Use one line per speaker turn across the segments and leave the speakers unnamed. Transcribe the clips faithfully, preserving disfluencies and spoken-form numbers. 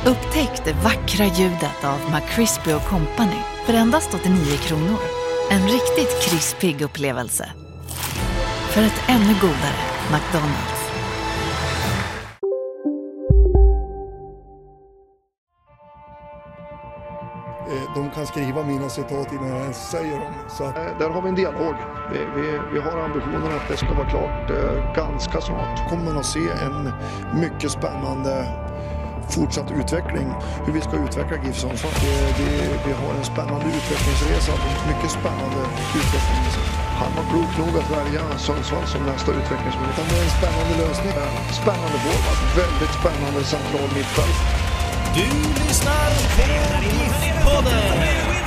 Upptäck det vackra ljudet av McCrispy och Company för endast åttionio kronor. En riktigt krispig upplevelse. För ett ännu godare McDonald's.
De kan skriva mina citat innan jag ens säger dem. Så att, där har vi en dialog. Vi, vi, vi har ambitionen att det ska vara klart eh, ganska snart. Kommer man att se en mycket spännande fortsatt utveckling. Hur vi ska utveckla GIF Sundsvall. Vi, vi, vi har en spännande utvecklingsresa. Mycket spännande utvecklingsresa. Han var klok nog att välja Sundsvall som nästa utvecklingsmöjlighet. Det är en spännande lösning. Spännande forward. Väldigt spännande central mittfält.
Du lyssnar på GIF-podden.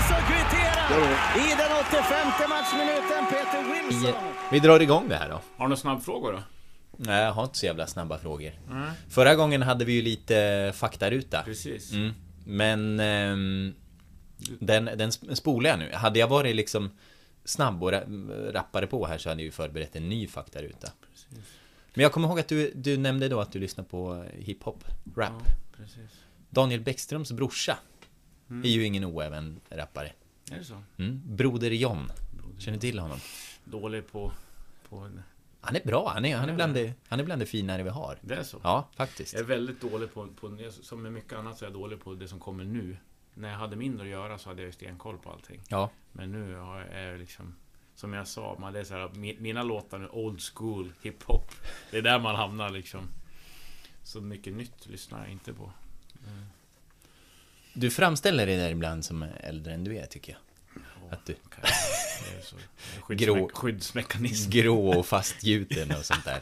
I den åttiofemte matchminuten, Peter Wilson.
Vi drar igång det här då.
Har du några snabbfrågor då?
Nej, jag har inte så jävla snabba frågor.
Mm.
Förra gången hade vi ju lite faktaruta.
Precis.
Mm. Men ehm, den, den spolar jag nu. Hade jag varit liksom snabb och rappare på här så hade jag ju förberett en ny faktaruta.
Precis.
Men jag kommer ihåg att du, du nämnde då att du lyssnar på hiphop, rap.
Ja, precis.
Daniel Bäckströms brorsa
Mm.
är ju ingen oäven rappare.
Är det så?
Mm. Broder John.
Broder
Känner du till honom?
Dålig på... på...
Han är bra, han är, han är, bland, det, han är bland det finare vi har.
Det är så?
Ja, faktiskt.
Jag är väldigt dålig på, på... Som med mycket annat så är jag dålig på det som kommer nu. När jag hade mindre att göra så hade jag ju stenkoll på allting.
Ja.
Men nu har jag liksom... Som jag sa, man, det är så här, mina låtar är old school hiphop. Det är där man hamnar liksom. Så mycket nytt lyssnar jag inte på. Mm.
Du framställer dig där ibland som äldre än du är, tycker jag.
Ja,
att du
det är så. Skyddsme-
grå,
skyddsmekanism.
grå och fastgjuten och sånt där.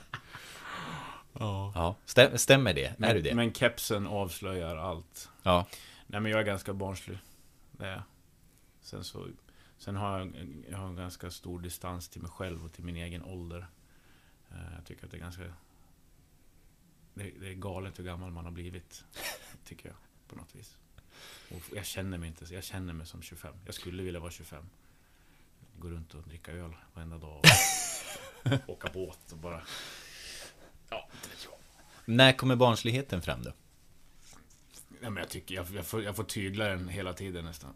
Ja.
Ja, stäm, stämmer det?
Men,
är du det?
men kepsen avslöjar allt.
Ja.
Nej, men jag är ganska barnslig. Det är. Sen så sen har jag, jag har en ganska stor distans till mig själv och till min egen ålder. Jag tycker att det är ganska det, det är galet hur gammal man har blivit, tycker jag på något vis. Och jag känner mig inte, jag känner mig som tjugofem. Jag skulle vilja vara tjugofem. Gå runt och dricka öl varenda dag och åka båt och bara ja, det
När kommer barnsligheten fram då?
Nej, men jag tycker jag, jag, får, jag får tygla den hela tiden nästan.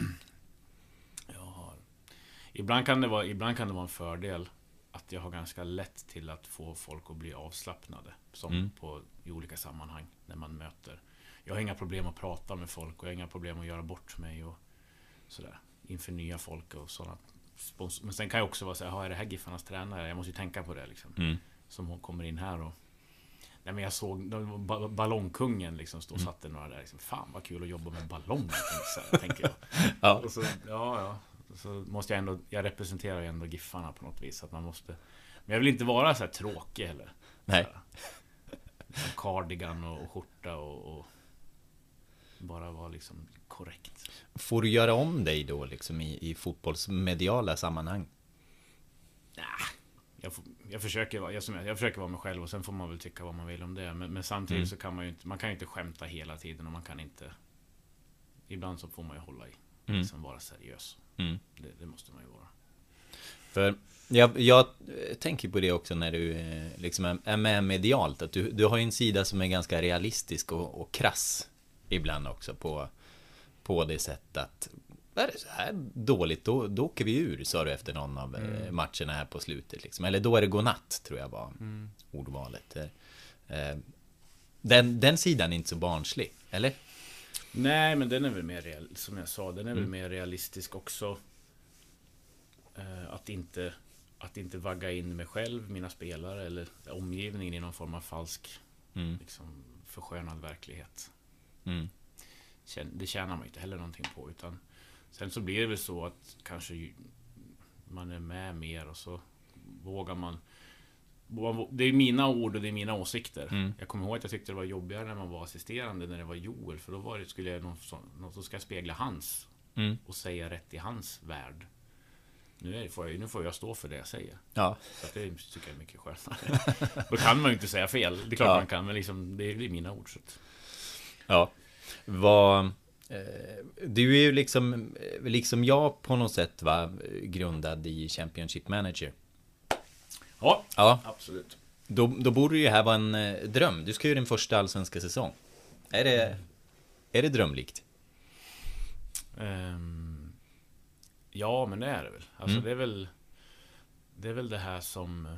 Jag har, ibland kan det vara ibland kan det vara en fördel att jag har ganska lätt till att få folk att bli avslappnade som
Mm.
på i olika sammanhang när man möter. Jag har inga problem att prata med folk och jag har inga problem att göra bort mig och sådär inför nya folk och sådana. Men sen kan jag också vara så här, är det här Giffarnas tränare? Jag måste ju tänka på det liksom.
Mm.
Som hon kommer in här och nej, men jag såg ba- ballongkungen liksom stå och
Mm.
satte några där liksom, fan vad kul att jobba med ballonger så här, tänker jag.
Ja.
Och så, ja, ja. Så måste jag ändå, jag representerar ju ändå Giffarna på något vis, att man måste, men jag vill inte vara så här tråkig heller.
Nej.
Så här, cardigan och, och skjorta och, och bara vara liksom korrekt.
Får du göra om dig då liksom i, i fotbollsmediala sammanhang?
Nah, jag, får, jag, försöker vara, jag, jag försöker vara mig själv och sen får man väl tycka vad man vill om det. Men, men samtidigt
Mm.
så kan man ju inte, man kan ju inte skämta hela tiden och man kan inte, ibland så får man ju hålla i,
Mm.
liksom vara seriös.
Mm.
Det, det måste man ju vara.
För jag, jag tänker på det också när du eh, liksom är- är med medialt. Att du, du har ju en sida som är ganska realistisk och, och krass ibland också på, på det sättet att är det så här dåligt, då, då åker vi ur, sa du efter någon av eh,
Mm.
matcherna här på slutet. Liksom. Eller då är det godnatt, tror jag var
Mm.
ordvalet. Eh, den, den sidan är inte så barnslig, eller?
Nej, men den är väl mer real, som jag sa, den är väl
Mm.
mer realistisk också. Eh, att inte att inte vagga in mig själv, mina spelare eller omgivningen i någon form av falsk
Mm.
liksom, förskönad verklighet.
Mm.
Tjän- Det tjänar man ju inte heller någonting på, utan sen så blir det väl så att kanske ju- man är med mer och så vågar man. Det är mina ord och det är mina åsikter.
Mm.
Jag kommer ihåg att jag tyckte det var jobbigare när man var assisterande, när det var Joel, för då var det, skulle jag någon, sån- någon som ska spegla hans
Mm.
och säga rätt i hans värld. Nu, är, får jag, nu får jag stå för det jag säger.
Ja.
Så att det tycker jag är mycket skönare. Då kan man ju inte säga fel. Det är klart
Ja.
man kan, men liksom, det är mina ord. Så att.
Ja. Vad, eh, du är ju liksom, liksom jag på något sätt, va, grundad i Championship Manager.
Ja,
Ja.
absolut.
Då, då borde ju här vara en eh, dröm. Du ska ju din första allsvenska säsong. Är det, Är det drömlikt?
Um, ja, men det är det väl. Alltså
Mm.
det är väl det är väl det här som,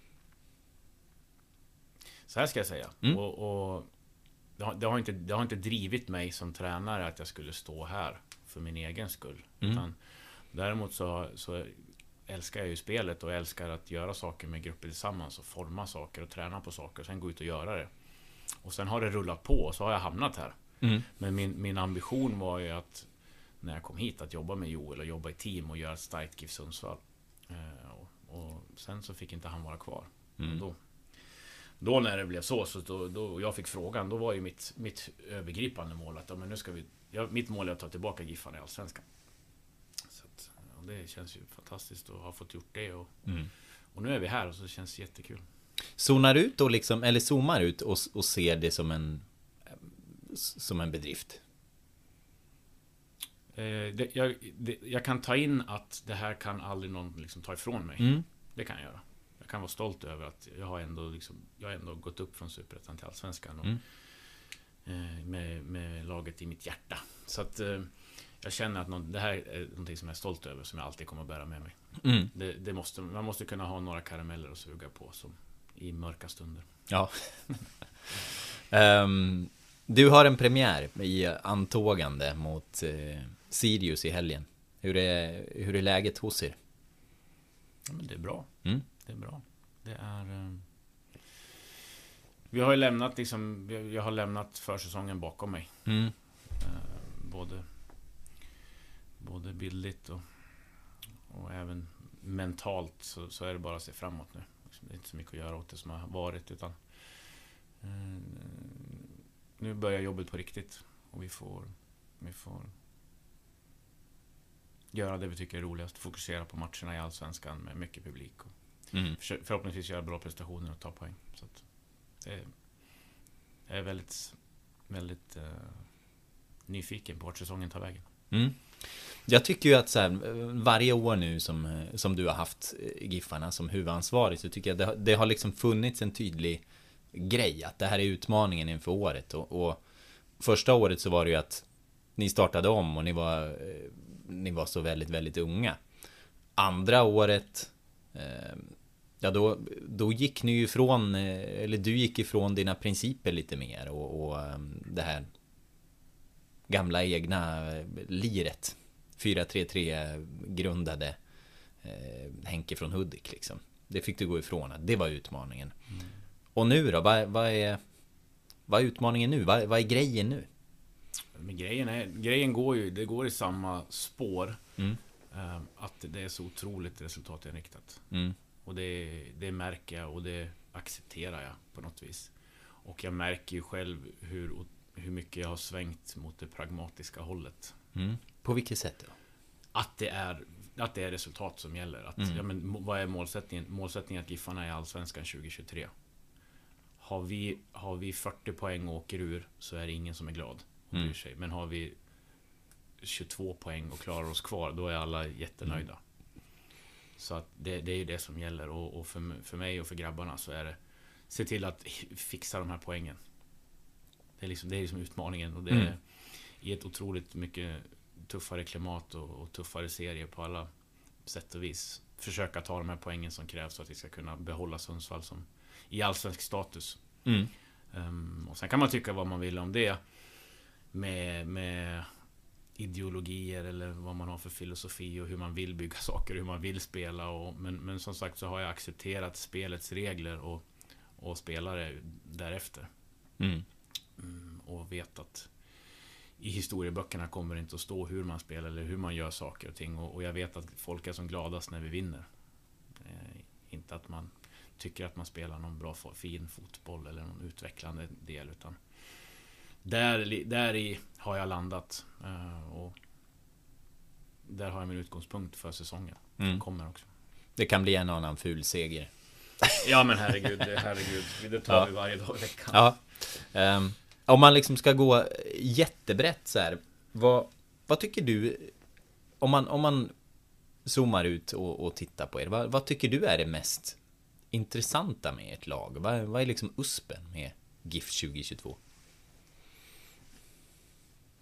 så här ska jag säga.
Mm.
Och, och det, har, det, har inte, det har inte drivit mig som tränare att jag skulle stå här för min egen skull.
Mm.
Utan, däremot så, så älskar jag ju spelet och älskar att göra saker med grupper tillsammans och forma saker och träna på saker och sen gå ut och göra det. Och sen har det rullat på och så har jag hamnat här.
Mm.
Men min, min ambition var ju att när jag kom hit att jobba med Joel och jobba i team och göra ett starkt GIF Sundsvall. Eh, och, och sen så fick inte han vara kvar.
Mm.
Då, då när det blev så, så då, då jag fick frågan, då var ju mitt, mitt övergripande mål att ja, men nu ska vi, ja, mitt mål är att ta tillbaka GIFarna i Allsvenskan. Så att, och det känns ju fantastiskt att ha fått gjort det. Och,
Mm.
och nu är vi här och så känns det jättekul.
Zonar ut och liksom, eller zoomar ut och, och ser det som en som en bedrift.
Eh, det, jag, det, jag kan ta in att det här kan aldrig någon liksom ta ifrån mig.
Mm.
Det kan jag göra. Jag kan vara stolt över att jag har ändå, liksom, jag har ändå gått upp från Superettan till Allsvenskan och,
Mm.
eh, med, med laget i mitt hjärta. Så att eh, jag känner att någon, det här är någonting som jag är stolt över, som jag alltid kommer att bära med mig.
Mm.
Det, det måste, man måste kunna ha några karameller att suga på som, i mörka stunder.
Ja. um, du har en premiär i antågande mot eh, Sirius i helgen. Hur är, hur är läget hos er?
Ja, men det är bra.
Mm.
Det är bra. Det är... Eh, vi har ju lämnat liksom, jag har lämnat försäsongen bakom mig.
Mm.
Eh, både både bildligt och, och även mentalt så, så är det bara att se framåt nu. Det är inte så mycket att göra åt det som har varit, utan eh, nu börjar jobbet på riktigt och vi får vi får göra det vi tycker är roligast, fokusera på matcherna i Allsvenskan med mycket publik och
Mm.
för, förhoppningsvis göra bra prestationer och ta poäng. Så att det är, jag är väldigt väldigt eh, nyfiken på vart säsongen tar vägen.
Mm. Jag tycker ju att så här, varje år nu som, som du har haft Giffarna som huvudansvarig, så tycker jag det, det har liksom funnits en tydlig grej att det här är utmaningen inför året. Och, och första året så var det ju att ni startade om och ni var, ni var så väldigt, väldigt unga. Andra året, eh, ja då, då gick ni ju ifrån, eller du gick ifrån dina principer lite mer och, och det här gamla egna liret. fyra tre tre grundade eh, Henke från Hudik liksom. Det fick du gå ifrån. Det var utmaningen. Mm. Och nu då? Vad, vad, är, vad är utmaningen nu? Vad, vad är grejen nu?
Men grejen, är, grejen går ju, det går i samma spår.
Mm.
eh, Att det är så otroligt resultatinriktat.
Mm.
Och det, det märker jag och det accepterar jag på något vis. Och jag märker ju själv hur, hur mycket jag har svängt mot det pragmatiska hållet.
Mm. På vilket sätt då?
Att det är, att det är resultat som gäller. Att,
Mm.
ja, men, vad är målsättningen? Målsättningen är att Giffarna är Allsvenskan tjugo tjugotre. Har vi, har vi fyrtio poäng och åker ur, så är det ingen som är glad och
Mm.
bryr sig. Men har vi tjugotvå poäng och klarar oss kvar, då är alla jättenöjda. Mm. Så att det, det är ju det som gäller. Och, och för, för mig och för grabbarna så är det se till att fixa de här poängen. Det är liksom, det är liksom utmaningen. Och det
Mm.
är i ett otroligt mycket tuffare klimat och, och tuffare serier på alla sätt och vis. Försöka ta de här poängen som krävs för att vi ska kunna behålla Sundsvall som i allsvensk status.
Mm.
Um, och sen kan man tycka vad man vill om det med, med ideologier eller vad man har för filosofi och hur man vill bygga saker, hur man vill spela. Och, men, men som sagt så har jag accepterat spelets regler och, och spelare därefter.
Mm.
Mm, och vet att i historieböckerna kommer det inte att stå hur man spelar eller hur man gör saker och ting. Och, och jag vet att folk är som gladast när vi vinner. Eh, inte att man tycker att man spelar någon bra, fin fotboll eller någon utvecklande del, utan där, där i har jag landat. Eh, och där har jag min utgångspunkt för säsongen.
Mm.
Kommer också.
Det kan bli en annan ful seger.
Ja men herregud, herregud. Det tar
Ja.
vi varje dag i veckan.
Ja. Um, om man liksom ska gå jättebrett så här, vad, vad tycker du om man, om man zoomar ut och, och tittar på er, vad, vad tycker du är det mest intressanta med ert lag? Vad, vad är liksom uspen med GIF tjugo tjugotvå?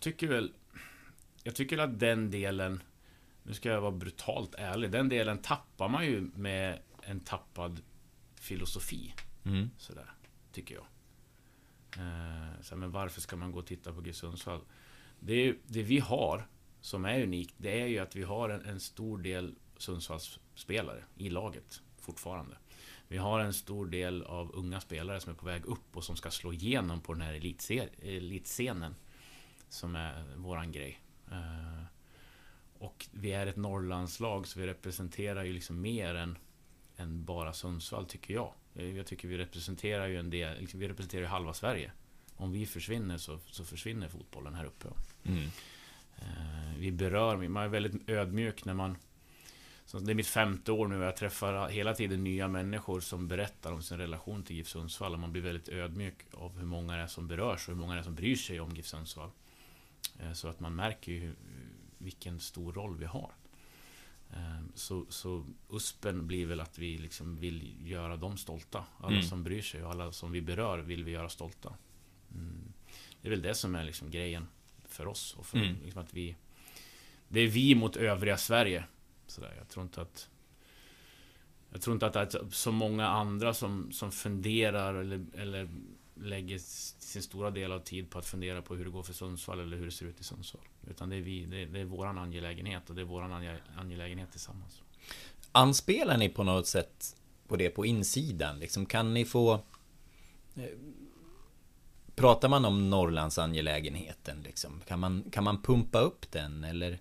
tycker väl Jag tycker att den delen, nu ska jag vara brutalt ärlig, den delen tappar man ju med en tappad filosofi.
Mm.
Sådär, tycker jag. Eh, så, men varför ska man gå och titta på GIF Sundsvall? Det, det vi har som är unikt, det är ju att vi har en, en stor del Sundsvalls spelare i laget fortfarande. Vi har en stor del av unga spelare som är på väg upp och som ska slå igenom på den här elitser- elitscenen som är våran grej. Uh, och vi är ett Norrlandslag, så vi representerar ju liksom mer än, än bara Sundsvall, tycker jag. Jag tycker vi representerar ju en del, liksom, vi representerar ju halva Sverige. Om vi försvinner så, så försvinner fotbollen här uppe.
Mm.
Uh, vi berör, man är väldigt ödmjuk när man, så det är mitt femte år nu och jag träffar hela tiden nya människor som berättar om sin relation till GIF Sundsvall, och man blir väldigt ödmjuk av hur många det är som berörs och hur många det är som bryr sig om GIF Sundsvall. Så att man märker ju vilken stor roll vi har. Så, så uspen blir väl att vi liksom vill göra dem stolta. Alla mm. som bryr sig och alla som vi berör vill vi göra stolta. Mm. Det är väl det som är liksom grejen för oss. Och för mm. liksom att vi, det är vi mot övriga Sverige. Så där, jag tror inte att jag tror inte att det är så många andra som, som funderar eller, eller lägger sin stora del av tid på att fundera på hur det går för Sundsvall eller hur det ser ut i Sundsvall. Utan det är vi, det är, det är våran angelägenhet, och det är våran angelägenhet tillsammans.
Anspelar ni på något sätt på det på insidan? Liksom, kan ni få eh, pratar man om Norrlands angelägenheten liksom? Kan man, kan man pumpa upp den eller?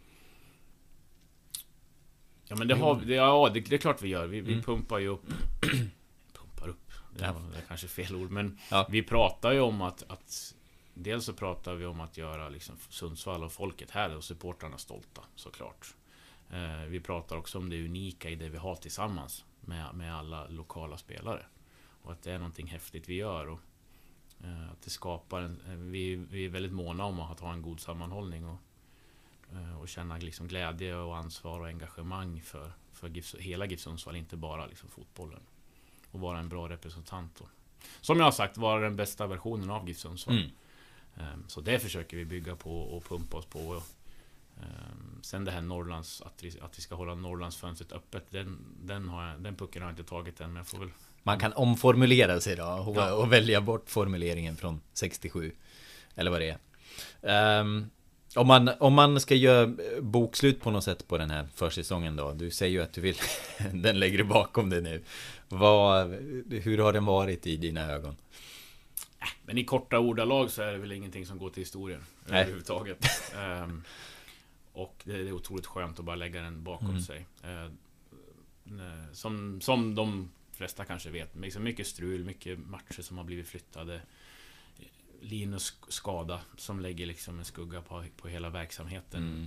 Ja, men det har det, ja, det, det är klart vi gör. Vi, mm. vi pumpar ju upp pumpar upp. Det är, det är kanske fel ord, men ja. Vi pratar ju om att, att dels så pratar vi om att göra liksom Sundsvall och folket här och supportrarna stolta, såklart. Eh, vi pratar också om det unika i det vi har tillsammans med, med alla lokala spelare, och att det är någonting häftigt vi gör, och eh, att det skapar en, vi, vi är väldigt måna om att ha en god sammanhållning och och känna liksom glädje och ansvar och engagemang för, för GIF, hela GIF Sundsvall, inte bara liksom fotbollen, och vara en bra representant och, som jag har sagt, vara den bästa versionen av GIF Sundsvall. Mm. Så det försöker vi bygga på och pumpa oss på. Och, um, sen det här Norrlands, att vi, att vi ska hålla Norrlands fönstret öppet, den, den, har jag, den pucken har jag inte tagit än, men jag får väl...
Man kan omformulera sig då och, ja. och välja bort formuleringen från sextiosju eller vad det är. Um, Om man, om man ska göra bokslut på något sätt på den här försäsongen då. Du säger ju att du vill den lägger bakom dig nu. Vad, hur har den varit i dina ögon?
Men i korta ordalag så är det väl ingenting som går till historien Nej. överhuvudtaget. um, och det är otroligt skönt att bara lägga den bakom mm. sig. Uh, som, som de flesta kanske vet. Liksom mycket strul, mycket matcher som har blivit flyttade. Linus skada som lägger liksom en skugga på, på hela verksamheten. Mm.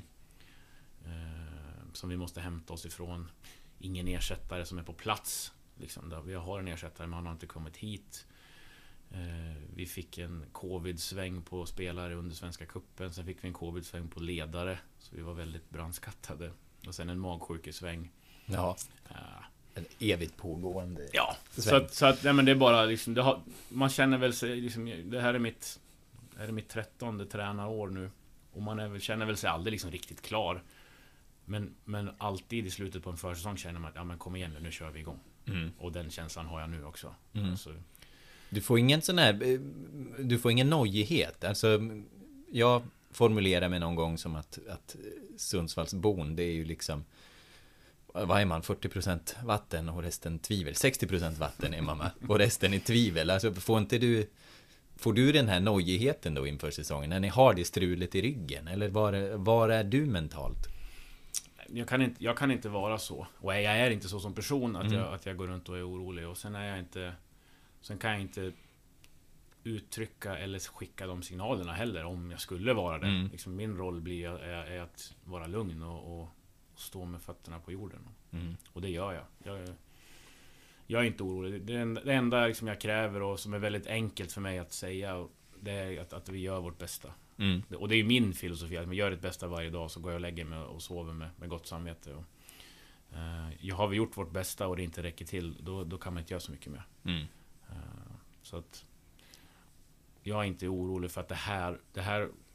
Eh, som vi måste hämta oss ifrån. Ingen ersättare som är på plats. Liksom, där vi har en ersättare, men han har inte kommit hit. Eh, vi fick en covid-sväng på spelare under Svenska cupen. Sen fick vi en covid-sväng på ledare. Så vi var väldigt brandskattade. Och sen en magsjukesväng.
Ja. Eh, En evigt pågående.
Ja, så att, så att nej, men det är bara liksom, det har, man känner väl sig liksom, det här är mitt det här är mitt trettonde tränarår nu, och man är väl, känner väl sig aldrig liksom riktigt klar. Men, men alltid i slutet på en försäsong känner man att ja, men kom igen nu, nu kör vi igång. Mm. Och den känslan har jag nu också. Mm. Så.
Du får ingen sån här, du får ingen nojighet. Alltså, jag formulerar mig någon gång som att, att Sundsvallsbon, det är ju liksom, vad är man, fyrtio procent vatten och resten tvivel, sextio procent vatten är man med, och resten är tvivel. Alltså får inte du, får du den här nojigheten då inför säsongen när ni har det strulet i ryggen, eller var, var är du mentalt?
Jag kan inte, jag kan inte vara så, och jag är inte så som person att, mm. jag, att jag går runt och är orolig, och sen är jag inte, sen kan jag inte uttrycka eller skicka de signalerna heller om jag skulle vara det. Mm. Liksom min roll blir är, är att vara lugn och, och stå med fötterna på jorden. Mm. Och det gör jag. jag. Jag är inte orolig. Det, enda, det enda liksom jag kräver, och som är väldigt enkelt för mig att säga, det är att, att vi gör vårt bästa. Mm. Och det är min filosofi, att vi gör det bästa varje dag, så går jag och lägger mig och sover med, med gott samvete. Och, uh, jag har vi gjort vårt bästa och det inte räcker till, då, då kan man inte göra så mycket mer. Mm. Uh, så att jag är inte orolig för att det här, det här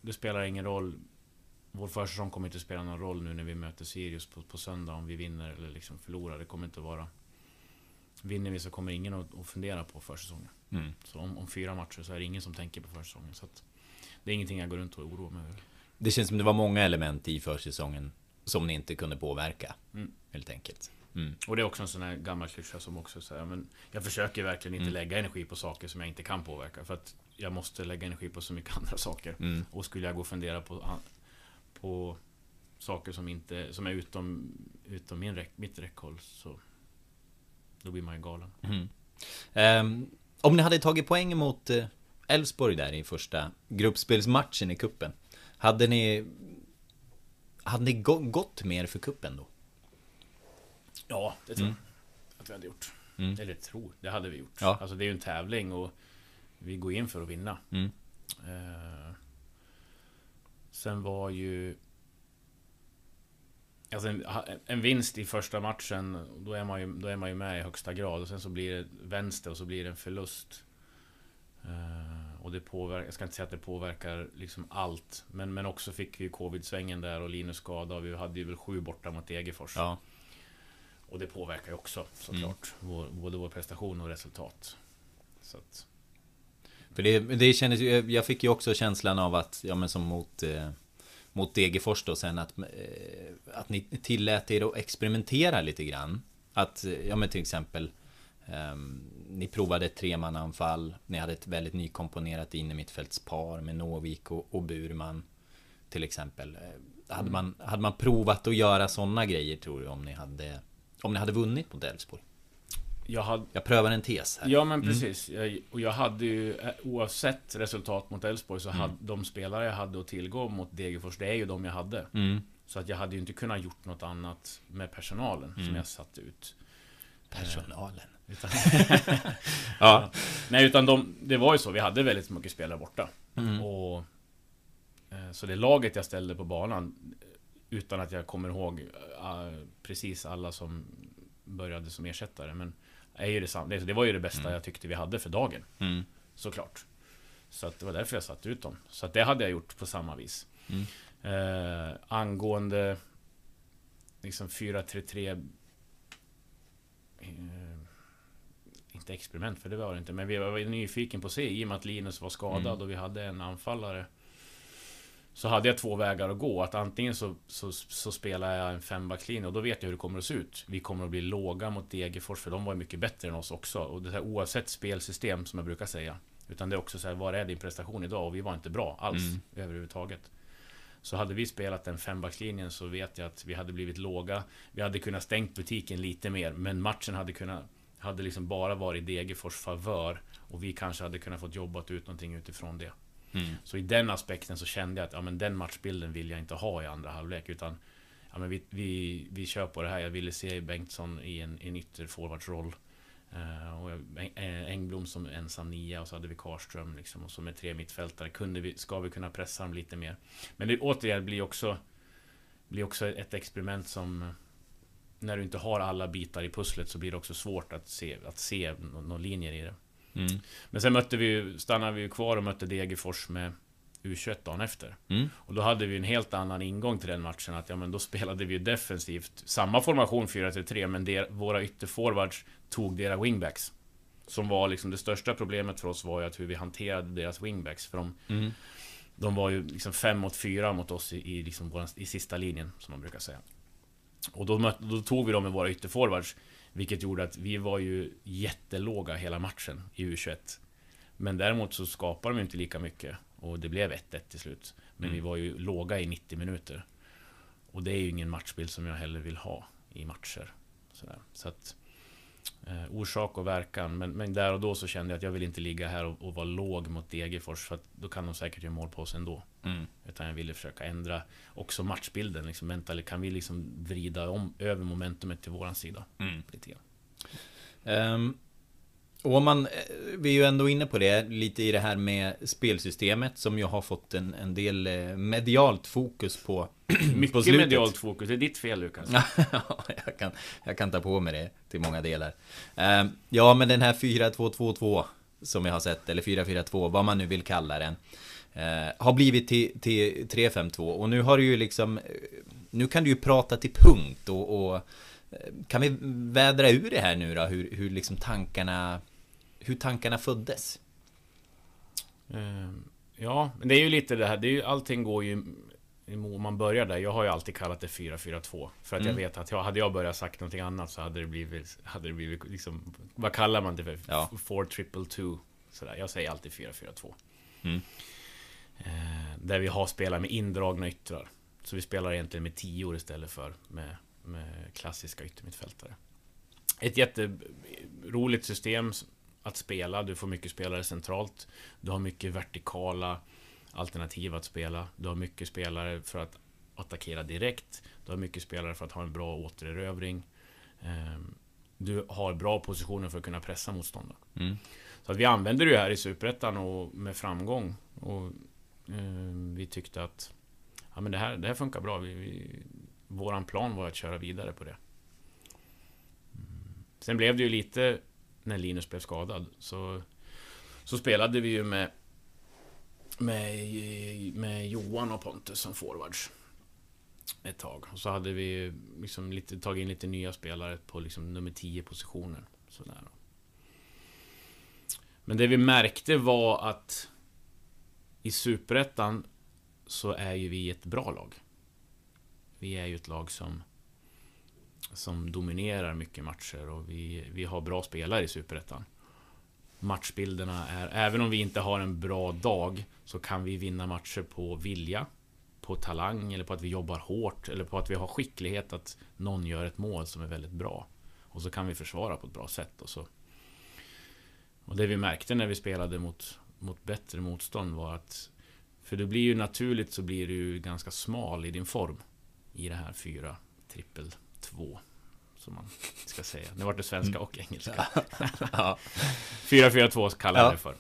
det spelar ingen roll. Vår försäsong kommer inte spela någon roll nu när vi möter Sirius på, på söndag, om vi vinner eller liksom förlorar. Det kommer inte vara... Vinner vi så kommer ingen att, att fundera på försäsongen. Mm. Så om, om fyra matcher så är det ingen som tänker på försäsongen. Så att det är ingenting jag går runt och oroar mig över.
Det känns som det var många element i försäsongen som ni inte kunde påverka, mm. helt enkelt. Mm.
Och det är också en sån här gammal klyscha som också säger, men jag försöker verkligen inte mm. lägga energi på saker som jag inte kan påverka, för att jag måste lägga energi på så mycket andra saker. Mm. Och skulle jag gå och fundera på, på saker som inte som är utom, utom min räck, mitt räckhåll, så då blir man ju galen.
Mm. Um, om ni hade tagit poäng mot Elfsborg uh, där i första gruppspelsmatchen i kuppen, hade ni hade ni gå, gått mer för kuppen då?
Ja, det tror mm. jag att vi hade gjort. Mm. Eller tror, det hade vi gjort. Ja. Alltså det är ju en tävling och vi går in för att vinna. Mm. Uh, sen var ju alltså en, en vinst i första matchen, då är man ju, då är man ju med i högsta grad. Och sen så blir det vänster och så blir det en förlust. Uh, och det påverkar, jag ska inte säga att det påverkar liksom allt, men, men också fick vi covid-svängen där och Linus skada, och vi hade ju väl sju borta mot Degerfors. Ja. Och det påverkar ju också såklart mm. vår, både vår prestation och resultat. Så att...
För det, det kändes ju, jag fick ju också känslan av att, ja men som mot eh, mot Degerfors då sen, att, eh, att ni tillät er att experimentera lite grann. Att, ja men till exempel eh, ni provade ett tremananfall, ni hade ett väldigt nykomponerat in i mittfältspar med Novik och, och Burman till exempel. Eh, hade, mm. man, hade man provat att göra sådana grejer, tror du, om ni hade om ni hade vunnit mot Elfsborg?
Jag, hade...
jag prövar en tes här.
Ja men precis, mm. jag, och jag hade ju, oavsett resultat mot Elfsborg, så mm. hade de spelare jag hade att tillgå mot Degerfors, det är ju de jag hade. Mm. Så att jag hade ju inte kunnat gjort något annat med personalen mm. som jag satt ut.
Personalen?
Eh, utan... ja. Nej, utan de, det var ju så, vi hade väldigt mycket spelare borta. Mm. Och eh, så det laget jag ställde på banan, utan att jag kommer ihåg uh, precis alla som började som ersättare, men är ju det, sam- det, det var ju det bästa mm. jag tyckte vi hade för dagen. Mm. Såklart. Så att det var därför jag satt ut dem. Så att det hade jag gjort på samma vis. Mm. Eh, angående liksom fyra tre tre eh, inte experiment, för det var det inte, men vi var nyfiken på att se, i och med att Linus var skadad mm. och vi hade en anfallare, så hade jag två vägar att gå. Att antingen så, så, så spelar jag en fembackslinje, och då vet jag hur det kommer att se ut. Vi kommer att bli låga mot Degerfors, för de var ju mycket bättre än oss också. Och det här, oavsett spelsystem, som jag brukar säga. Utan det är också så här, vad är din prestation idag? Och vi var inte bra alls mm. överhuvudtaget. Så hade vi spelat den fembackslinjen, så vet jag att vi hade blivit låga. Vi hade kunnat stängt butiken lite mer, men matchen hade kunnat hade liksom bara varit Degerfors favör, och vi kanske hade kunnat fått jobbat ut någonting utifrån det. Mm. Så i den aspekten så kände jag att ja, men den matchbilden vill jag inte ha i andra halvlek, utan ja, men vi, vi, vi kör på det här. Jag ville se Bengtsson i en, en ytterforwardsroll, uh, och Engblom som ensam nia, och så hade vi Karström liksom, och så med tre mittfältare kunde vi, ska vi kunna pressa dem lite mer. Men det återigen blir också blir också ett experiment som, när du inte har alla bitar i pusslet, så blir det också svårt att se, att se några linjer i det. Mm. Men sen mötte vi, stannade vi kvar och mötte Degerfors med U tjugoett dagen efter. Mm. Och då hade vi en helt annan ingång till den matchen, att ja, men då spelade vi ju defensivt samma formation fyra tre tre, men der, våra ytterforwards tog deras wingbacks, som var liksom det största problemet för oss, var ju att hur vi hanterade deras wingbacks, för de, mm. de var ju liksom fem mot fyra mot oss i, i, liksom våran, i sista linjen, som man brukar säga. Och då, mötte, då tog vi dem med våra ytterforwards, vilket gjorde att vi var ju jättelåga hela matchen i U tjugoett. Men däremot så skapade de inte lika mycket, och det blev ett ett till slut. Men mm. vi var ju låga i nittio minuter. Och det är ju ingen matchbild som jag heller vill ha i matcher. Sådär. Så att eh, orsak och verkan. Men, men där och då så kände jag att jag vill inte ligga här och, och vara låg mot Degerfors, för att då kan de säkert göra mål på oss ändå. Mm. Utan jag ville försöka ändra också matchbilden. Liksom, mental, kan vi liksom vrida om över momentumet till våran sida. Mm. Lite grann.
Um, och man, vi är ju ändå inne på det lite i det här med spelsystemet, som jag har fått en, en del medialt fokus på.
Mycket på medialt fokus, det är ditt fel, Lukas.
Ja, jag kan, jag kan ta på mig det till många delar. Um, ja, men den här fyra två två två som jag har sett, eller fyra fyra två, vad man nu vill kalla den. eh, har blivit till, till tre fem två. Och nu har du ju liksom, nu kan du ju prata till punkt och, och kan vi vädra ur det här nu då? Hur, hur liksom tankarna, hur tankarna föddes?
Uh, ja, men det är ju lite det här, det är ju, allting går ju om man börjar där. Jag har ju alltid kallat det fyra fyra två för att mm. jag vet att jag, hade jag börjat sagt någonting annat så hade det blivit, hade det blivit liksom, vad kallar man det för?
Ja.
four triple two sådär. Jag säger alltid fyra fyra två.
Mm.
Uh, där vi har spelat med indragna yttrar. Så vi spelar egentligen med tior istället för med, med klassiska yttermittfältare. Ett jätteroligt system att spela. Du får mycket spelare centralt. Du har mycket vertikala alternativ att spela. Du har mycket spelare för att attackera direkt. Du har mycket spelare för att ha en bra återerövring. Du har bra positioner för att kunna pressa motståndaren.
Mm.
Så att vi använder det här i Superettan och med framgång. Och eh, vi tyckte att ja, men det här, det här funkar bra. Vi, vi, våran plan var att köra vidare på det. Mm. Sen blev det ju lite när Linus blev skadad. Så, så spelade vi ju med, med, med Johan och Pontus som forwards ett tag. Och så hade vi liksom lite, tagit in lite nya spelare på liksom nummer tio positioner. Sådär. Men det vi märkte var att i Superettan så är ju vi ett bra lag. Vi är ju ett lag som som dominerar mycket matcher och vi, vi har bra spelare i Superettan. Matchbilderna är, även om vi inte har en bra dag så kan vi vinna matcher på vilja, på talang eller på att vi jobbar hårt eller på att vi har skicklighet att någon gör ett mål som är väldigt bra. Och så kan vi försvara på ett bra sätt och så. Och det vi märkte när vi spelade mot, mot bättre motstånd var att för det blir ju naturligt så blir du ju ganska smal i din form i det här fyra trippel två som man ska säga. Nu var det svenska och engelska.
Ja.
fyra fyra två kallar jag
ja.
det för.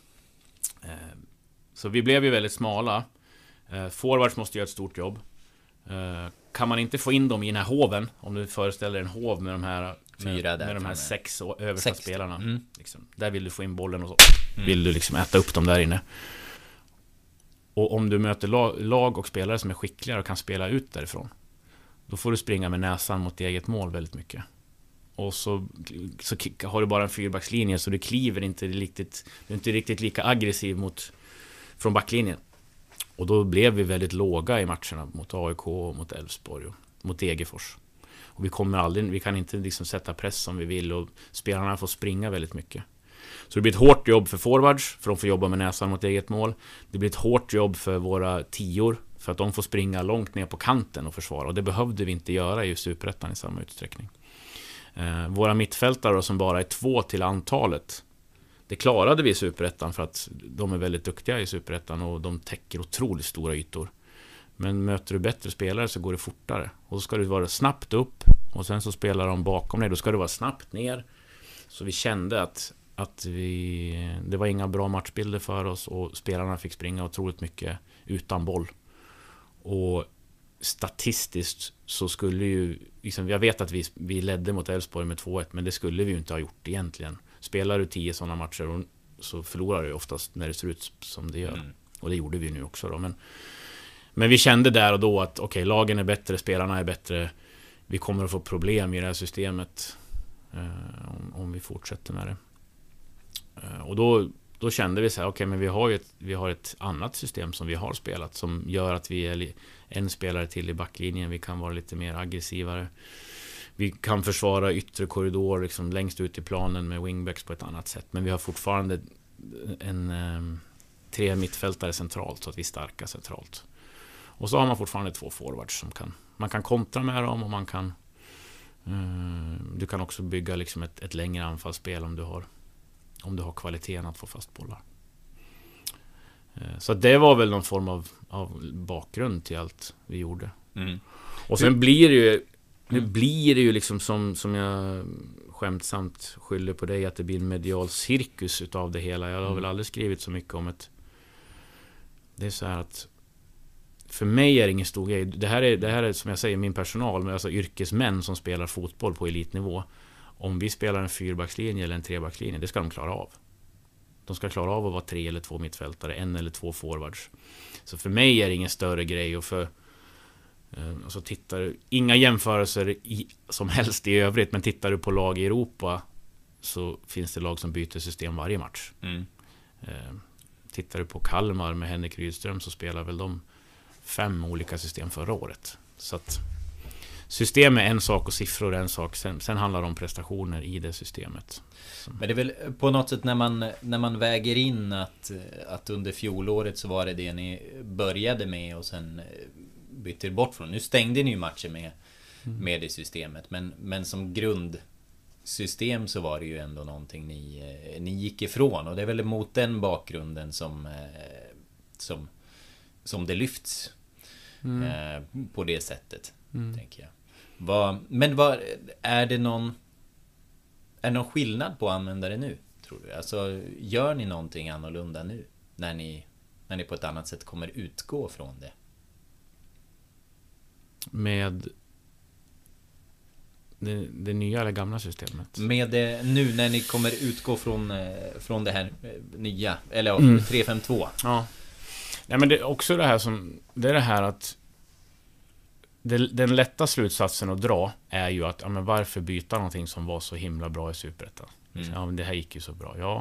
Så vi blev ju väldigt smala. Forwards måste göra ett stort jobb. Kan man inte få in dem i den här hoven, om du föreställer en hov med de här
Fyra
med, med de här sex och översta
sex.
spelarna
Mm.
liksom. Där vill du få in bollen och så
mm.
vill du liksom äta upp dem där inne. Och om du möter lag, lag och spelare som är skickliga och kan spela ut därifrån, då får du springa med näsan mot eget mål väldigt mycket. Och så, så har du bara en fyrbackslinje så du kliver inte riktigt, du är inte riktigt lika aggressiv mot, från backlinjen. Och då blev vi väldigt låga i matcherna mot A I K och mot Elfsborg och mot Degerfors. Och vi kommer aldrig, vi kan inte liksom sätta press som vi vill och spelarna får springa väldigt mycket. Så det blir ett hårt jobb för forwards för de får jobba med näsan mot eget mål. Det blir ett hårt jobb för våra tior för att de får springa långt ner på kanten och försvara. Och det behövde vi inte göra i Superettan i samma utsträckning. Eh, våra mittfältare då, som bara är två till antalet, det klarade vi i Superettan för att de är väldigt duktiga i Superettan och de täcker otroligt stora ytor. Men möter du bättre spelare så går det fortare. Och så ska du vara snabbt upp och sen så spelar de bakom dig. Då ska du vara snabbt ner. Så vi kände att, att vi, det var inga bra matchbilder för oss och spelarna fick springa otroligt mycket utan boll. Och statistiskt så skulle ju liksom, jag vet att vi, vi ledde mot Elfsborg med två ett, men det skulle vi ju inte ha gjort egentligen. Spelar du tio sådana matcher och så förlorar du oftast när det ser ut som det gör. Mm. Och det gjorde vi nu också då. Men, men vi kände där och då att okej, okay, lagen är bättre, spelarna är bättre. Vi kommer att få problem i det här systemet eh, om, om vi fortsätter med det. Eh, och då, då kände vi så här, okej, okay, men vi har ju ett, vi har ett annat system som vi har spelat som gör att vi är en spelare till i backlinjen. Vi kan vara lite mer aggressivare. Vi kan försvara yttre korridor liksom längst ut i planen med wingbacks på ett annat sätt. Men vi har fortfarande en, en tre mittfältare centralt så att vi är starka centralt. Och så har man fortfarande två forwards som kan, man kan kontra med dem och man kan uh, du kan också bygga liksom ett, ett längre anfallsspel om du har om du har kvaliteten att få fast bollar. Uh, så det var väl någon form av, av bakgrund till allt vi gjorde. Mm. Och sen blir det ju Nu blir det ju liksom som, som jag skämtsamt skyller på dig att det blir en medial cirkus utav det hela. Jag har väl aldrig skrivit så mycket om ett. Det är så här att för mig är det ingen stor grej. Det här är, det här är som jag säger min personal, men alltså yrkesmän som spelar fotboll på elitnivå. Om vi spelar en fyrbackslinje eller en trebackslinje, det ska de klara av. De ska klara av att vara tre eller två mittfältare, en eller två forwards. Så för mig är det ingen större grej. Och för, alltså tittar du, inga jämförelser i, som helst i övrigt, men tittar du på lag i Europa så finns det lag som byter system varje match. Mm. Tittar du på Kalmar med Henrik Rydström så spelar väl de fem olika system förra året. Så att system är en sak och siffror är en sak. Sen, sen handlar det om prestationer i det systemet. Så.
Men det är väl på något sätt när man, när man väger in att, att under fjolåret så var det det ni började med och sen bytte bort från. Nu stängde ni ju matcher med, mm. med det systemet. Men, men som grundsystem så var det ju ändå någonting ni, ni gick ifrån. Och det är väl mot den bakgrunden som, som, som det lyfts mm. eh, på det sättet. Mm. Tänker jag. Vad, men vad, är det någon är det någon skillnad på att använda det nu, tror du? Alltså, gör ni någonting annorlunda nu när ni, när ni på ett annat sätt kommer utgå från det?
Med det, det nya eller gamla systemet?
Med det nu när ni kommer utgå från, från det här nya, eller mm. tre fem två.
Ja. Nej, men det är också det här som det är det här att det, den lätta slutsatsen att dra är ju att ja, men varför byta någonting som var så himla bra i Superettan? Mm. Ja, men det här gick ju så bra. Ja.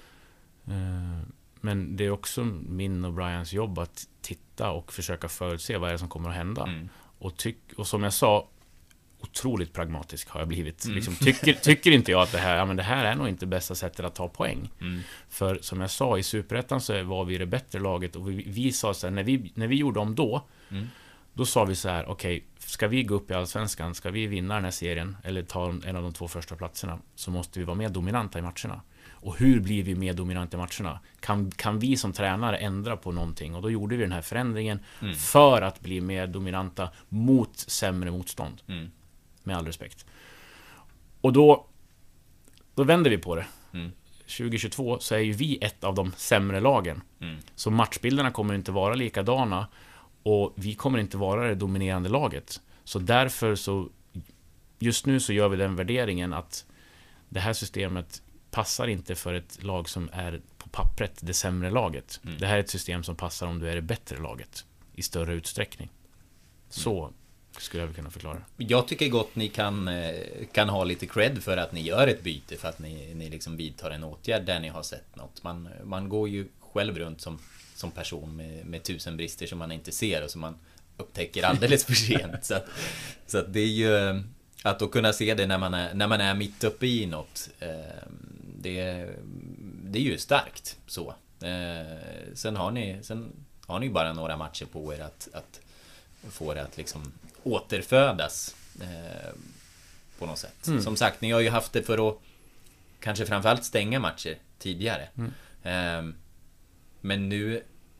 Eh, men det är också min och Brians jobb att titta och försöka förutse vad är det som kommer att hända. Mm. Och, tyck, och som jag sa, otroligt pragmatisk har jag blivit. Mm. Liksom, tycker, tycker inte jag att det här, ja, men det här är nog inte bästa sättet att ta poäng. Mm. För som jag sa, i Superettan så var vi det bättre laget. Och vi, vi sa så här, när vi, när vi gjorde om då, mm. då sa vi så här, okej, okay, ska vi gå upp i Allsvenskan, ska vi vinna den här serien eller ta en av de två första platserna, så måste vi vara mer dominanta i matcherna. Och hur blir vi mer dominanta i matcherna? Kan, kan vi som tränare ändra på någonting? Och då gjorde vi den här förändringen mm. för att bli mer dominanta mot sämre motstånd. Mm. Med all respekt. Och då då vänder vi på det. Mm. tjugo tjugotvå så är ju vi ett av de sämre lagen. Mm. Så matchbilderna kommer inte vara likadana. Och vi kommer inte vara det dominerande laget. Så därför så just nu så gör vi den värderingen att det här systemet passar inte för ett lag som är på pappret det sämre laget. Mm. Det här är ett system som passar om du är det bättre laget i större utsträckning. Så mm. skulle jag kunna förklara.
Jag tycker gott ni kan, kan ha lite cred för att ni gör ett byte, för att ni, ni liksom vidtar en åtgärd där ni har sett något. Man, man går ju själv runt som som person med, med tusen brister som man inte ser och som man upptäcker alldeles för sent. Så, att, så att det är ju att då kunna se det när man är, när man är mitt uppe i något, eh, det, det är ju starkt så. Eh, sen har ni sen har ni bara några matcher på er att, att få det att liksom återfödas eh, på något sätt. Mm. Som sagt, ni har ju haft det för att kanske framförallt stänga matcher tidigare. Mm. Eh, Men nu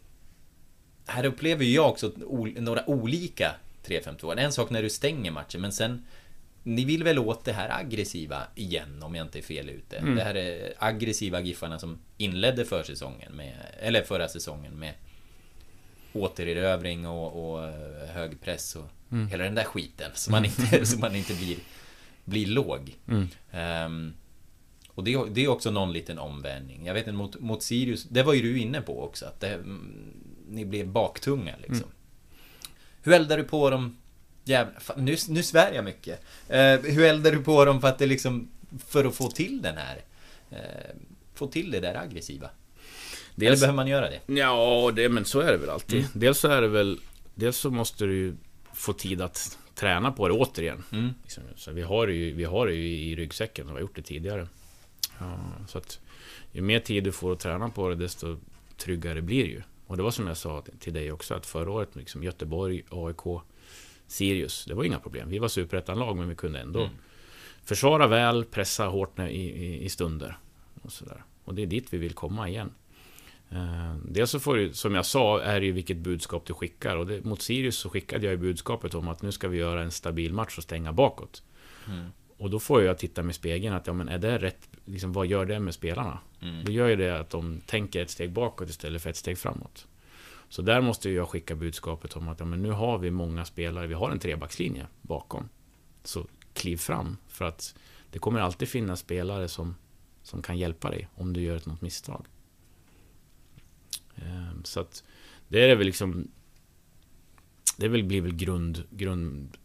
här upplever jag också några olika tre fem två. En sak när du stänger matchen, men sen ni vill väl åt det här aggressiva igen, om jag inte är fel ute. Mm. Det här är aggressiva Giffarna som inledde försäsongen med, eller förra säsongen med återerövring och, och hög press och mm. hela den där skiten så man inte, så man inte blir, blir låg. Mm. Um, Och det, det är också någon liten omvändning. Jag vet inte, mot, mot Sirius, det var ju du inne på också, att det, ni blev baktunga liksom. Mm. Hur eldar du på dem? Jävla, fan, nu, nu svär jag mycket. Uh, hur eldar du på dem för att det liksom, för att få till den här uh, få till det där aggressiva? Dels, eller behöver man göra det?
Ja, det, men så är det väl alltid. Mm. Dels så är det väl, dels så måste du ju få tid att träna på det återigen. Mm. Så vi har det ju, vi har det ju i ryggsäcken och har gjort det tidigare. Ja, så att ju mer tid du får att träna på det, desto tryggare blir det ju. Och det var som jag sa till dig också, att förra året liksom Göteborg, A I K, Sirius, det var inga problem. Vi var superettanlag, men vi kunde ändå mm. försvara väl, pressa hårt i, i, i stunder och sådär. Och det är dit vi vill komma igen. Uh, dels så får du, som jag sa, är det ju vilket budskap du skickar. Och det, mot Sirius så skickade jag ju budskapet om att nu ska vi göra en stabil match och stänga bakåt. Mm. Och då får jag titta med spegeln att ja, men är det rätt, liksom, vad gör det med spelarna? Mm. Då gör ju det att de tänker ett steg bakåt istället för ett steg framåt. Så där måste jag skicka budskapet om att ja, men nu har vi många spelare, vi har en trebackslinje bakom. Så kliv fram, för att det kommer alltid finnas spelare som, som kan hjälpa dig om du gör ett något misstag. Så att det är väl liksom, det väl blir väl grund grund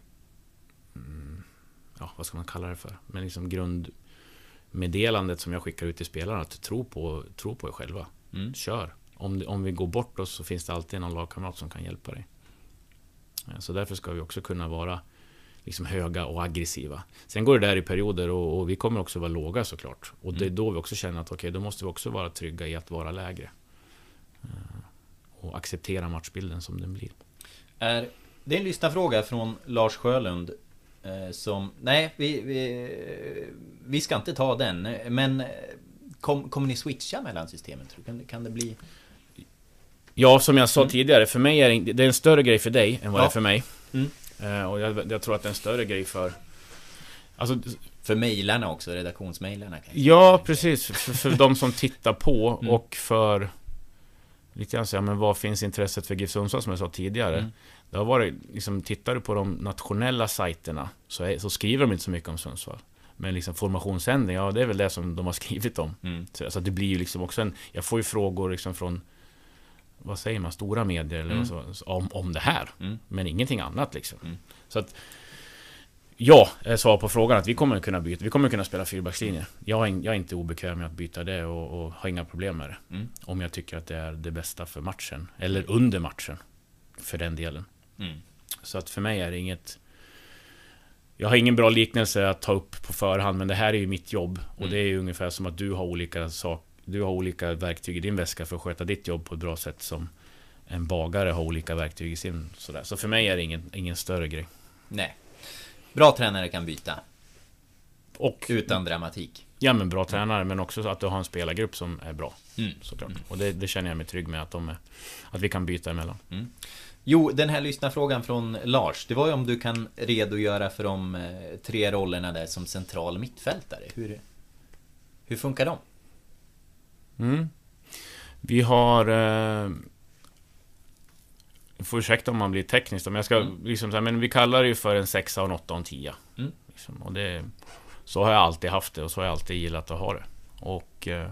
mm, ja, vad ska man kalla det för? Men liksom grundmeddelandet som jag skickar ut till spelarna, att tro på tro på er själva. Mm. Kör. Om om vi går bort oss så finns det alltid någon lagkamrat som kan hjälpa dig. Så därför ska vi också kunna vara liksom höga och aggressiva. Sen går det där i perioder och, och vi kommer också vara låga såklart. Och det är då vi också känner att okej, okay, då måste vi också vara trygga i att vara lägre. Och acceptera matchbilden som den blir.
Är, det är en lyssnarfråga från Lars Sjölund eh, som, nej, vi, vi, vi ska inte ta den, men kom, kommer ni switcha mellan systemen? Tror du? Kan, kan det bli...
Ja, som jag sa mm. tidigare, för mig är det, det är en större grej för dig än vad ja. det är för mig.
Mm.
Uh, och jag, jag tror att det är en större grej för... Alltså,
för mejlarna också, redaktionsmejlarna kanske.
Ja, precis. För, för de som tittar på mm. och för... Lite grann så, ja, men vad finns intresset för GIF Sundsvall som jag sa tidigare? Mm. Det har varit, liksom, tittar du på de nationella sajterna så, är, så skriver de inte så mycket om Sundsvall. Men liksom formationsändring, ja, det är väl det som de har skrivit om. Mm. Så alltså, det blir ju liksom också en... Jag får ju frågor liksom från... Vad säger man? Stora medier eller mm. så, om, om det här. Mm. Men ingenting annat liksom. Mm. Så att... Ja, jag svarar på frågan att vi kommer kunna byta. Vi kommer kunna spela fyrbackslinjer. Jag är, jag är inte obekväm med att byta det och, och har inga problem med det. Mm. Om jag tycker att det är det bästa för matchen. Eller under matchen. För den delen. Mm. Så att för mig är det inget... Jag har ingen bra liknelse att ta upp på förhand. Men det här är ju mitt jobb. Och mm. det är ju ungefär som att du har olika saker. Du har olika verktyg i din väska för att sköta ditt jobb på ett bra sätt som en bagare har olika verktyg i sin. Sådär. Så för mig är det ingen, ingen större grej.
Nej. Bra tränare kan byta.
Och
utan dramatik.
Ja, men bra tränare, men också att du har en spelargrupp som är bra.
Mm.
Såklart. Och det, det känner jag mig trygg med att, de är, att vi kan byta emellan.
Mm. Jo, den här lyssnarfrågan från Lars, det var ju om du kan redogöra för de eh, tre rollerna där som central mittfältare. Hur, hur funkar de?
Mm. Vi har eh, jag får ursäkta om man blir tekniskt, men jag ska mm. liksom så här, men vi kallar det ju för en sexa, en åtta och en tia. Mm. Liksom, och det, så har jag alltid haft det och så har jag alltid gillat att ha det. Och eh,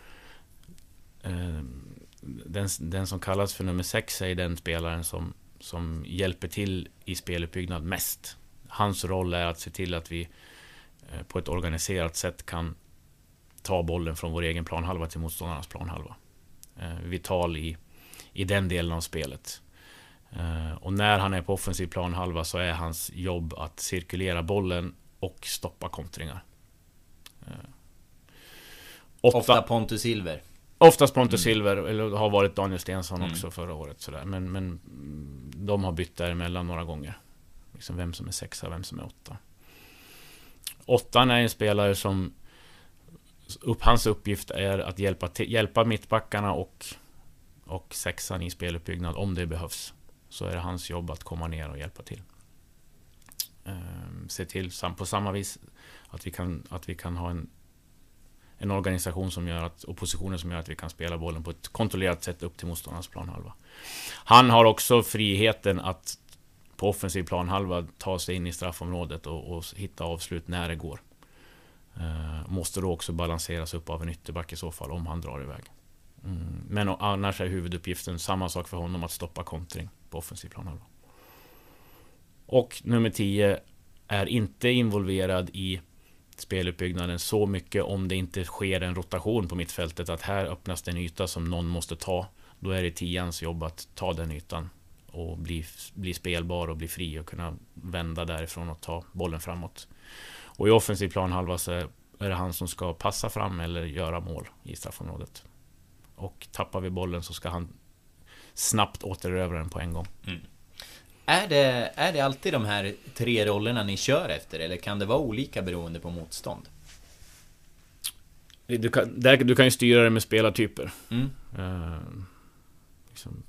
eh, den, den som kallas för nummer sex är den spelaren som, som hjälper till i speluppbyggnad mest. Hans roll är att se till att vi eh, på ett organiserat sätt kan ta bollen från vår egen planhalva till motståndarnas planhalva. Eh, vital i, i den delen av spelet. Eh, och när han är på offensiv planhalva så är hans jobb att cirkulera bollen och stoppa kontringar. Eh,
ofta, ofta Pontus Silver.
Oftast Pontus mm. Silver, eller har varit Daniel Stensson mm. också förra året. Sådär. Men, men de har bytt däremellan några gånger. Liksom vem som är sexa, vem som är åtta. Åttan är en spelare som upp, hans uppgift är att hjälpa, till, hjälpa mittbackarna och, och sexan i speluppbyggnad om det behövs. Så är det hans jobb att komma ner och hjälpa till. Ehm, se till på samma vis att vi kan, att vi kan ha en, en organisation som gör att, och positioner som gör att vi kan spela bollen på ett kontrollerat sätt upp till motståndarnas planhalva. Han har också friheten att på offensiv planhalva ta sig in i straffområdet och, och hitta avslut när det går. Uh, måste då också balanseras upp av en ytterback i så fall om han drar iväg. Mm. Men annars är huvuduppgiften samma sak för honom, att stoppa kontring på offensiv planhalva. Och nummer tio är inte involverad i speluppbyggnaden så mycket om det inte sker en rotation på mittfältet, att här öppnas det en yta som någon måste ta. Då är det tians jobb att ta den ytan och bli, bli spelbar och bli fri och kunna vända därifrån och ta bollen framåt. Och i offensiv planhalva så är det han som ska passa fram eller göra mål i straffområdet. Och tappar vi bollen så ska han snabbt återerövra den på en gång. Mm.
Är det, är det alltid de här tre rollerna ni kör efter, eller kan det vara olika beroende på motstånd?
Du kan, där, du kan ju styra det med spelartyper. Mm. Uh, liksom,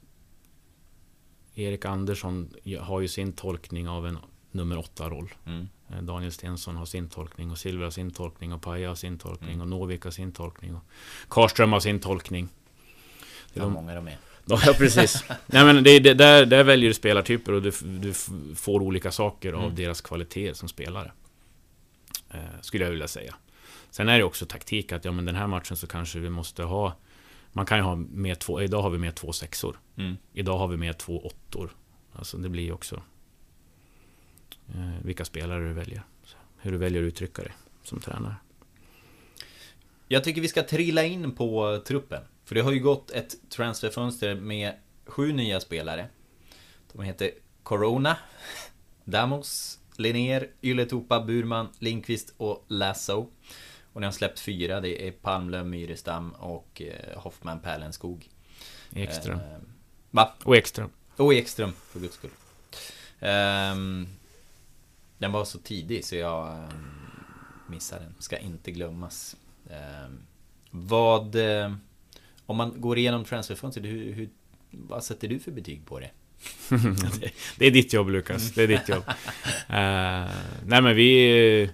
Erik Andersson har ju sin tolkning av en nummer åtta-roll. Mm. Daniel Stensson har sin tolkning, och Silver har sin tolkning, och Paja har sin tolkning, mm. och Novik har sin tolkning, och Karström har sin tolkning.
Det är de, många de är.
Ja, precis. Nej, men det, det, där, där väljer du spelartyper och du, du får olika saker mm. av deras kvaliteter som spelare. Eh, skulle jag vilja säga. Sen är det också taktik att ja, men den här matchen så kanske vi måste ha Man kan ju ha med två, idag har vi med två sexor.
Mm.
Idag har vi med två åttor. Alltså det blir också eh, vilka spelare du väljer. Hur du väljer att uttrycka dig som tränare.
Jag tycker vi ska trilla in på truppen. För det har ju gått ett transferfönster med sju nya spelare. De heter Corona, Damos, Linnér, Ylätupa, Burman, Lindqvist och Lasso. Och ni har släppt fyra. Det är Palmlöv, Myrestam och eh, Hoffman, Pärlenskog.
Ekström.
Eh, va?
Och Ekström.
Och Ekström, för guds skull. Um, den var så tidig så jag um, missade den. Ska inte glömmas. Um, vad... Uh, om man går igenom transferfönstret, hur, hur, vad sätter du för betyg på det?
det, det är ditt jobb, Lukas. Det är ditt jobb. uh, nej men vi...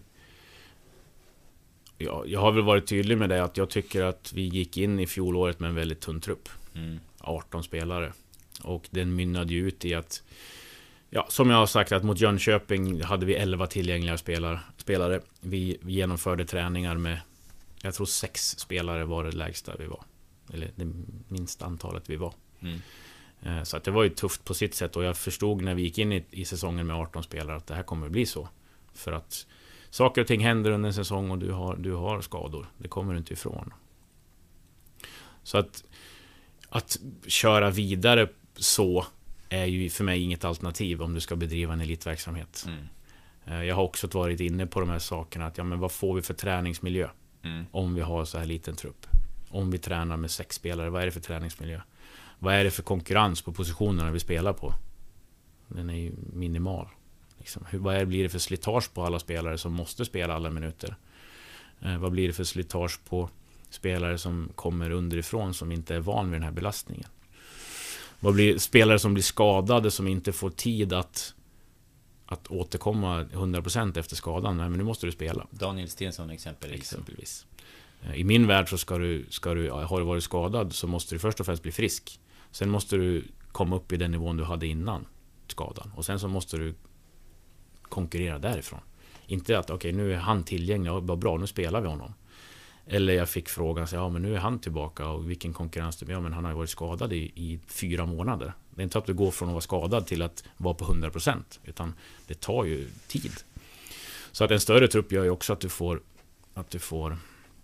Ja, jag har väl varit tydlig med det att jag tycker att vi gick in i fjolåret med en väldigt tunn trupp.
Mm.
arton spelare. Och den mynnade ju ut i att, ja, som jag har sagt, att mot Jönköping hade vi elva tillgängliga spelare. spelare. Vi, vi genomförde träningar med, jag tror sex spelare var det lägsta vi var. Eller det minsta antalet vi var. Mm. Så att det var ju tufft på sitt sätt. Och jag förstod när vi gick in i, i säsongen med arton spelare att det här kommer att bli så. För att saker och ting händer under en säsong och du har, du har skador. Det kommer du inte ifrån. Så att att köra vidare så är ju för mig inget alternativ om du ska bedriva en elitverksamhet. Mm. Jag har också varit inne på de här sakerna att ja, men vad får vi för träningsmiljö mm. om vi har så här liten trupp? Om vi tränar med sex spelare, vad är det för träningsmiljö? Vad är det för konkurrens på positionerna vi spelar på? Den är ju minimal. Liksom. Hur, vad är, blir det för slitage på alla spelare som måste spela alla minuter? Eh, vad blir det för slitage på spelare som kommer underifrån som inte är van vid den här belastningen? Vad blir spelare som blir skadade som inte får tid att att återkomma hundra procent efter skadan? Nej, men nu måste du spela.
Daniel Stensson exempelvis.
exempelvis. I min värld så ska du, ska du har du varit skadad så måste du först och främst bli frisk. Sen måste du komma upp i den nivån du hade innan skadan. Och sen så måste du konkurrera därifrån. Inte att okej, okay, nu är han tillgänglig och vad bra, nu spelar vi honom. Eller jag fick frågan, så, ja men nu är han tillbaka och vilken konkurrens det blir. Ja, men han har ju varit skadad i, i fyra månader. Det är inte att du går från att vara skadad till att vara på hundra procent, utan det tar ju tid. Så att en större trupp gör ju också att du får att du får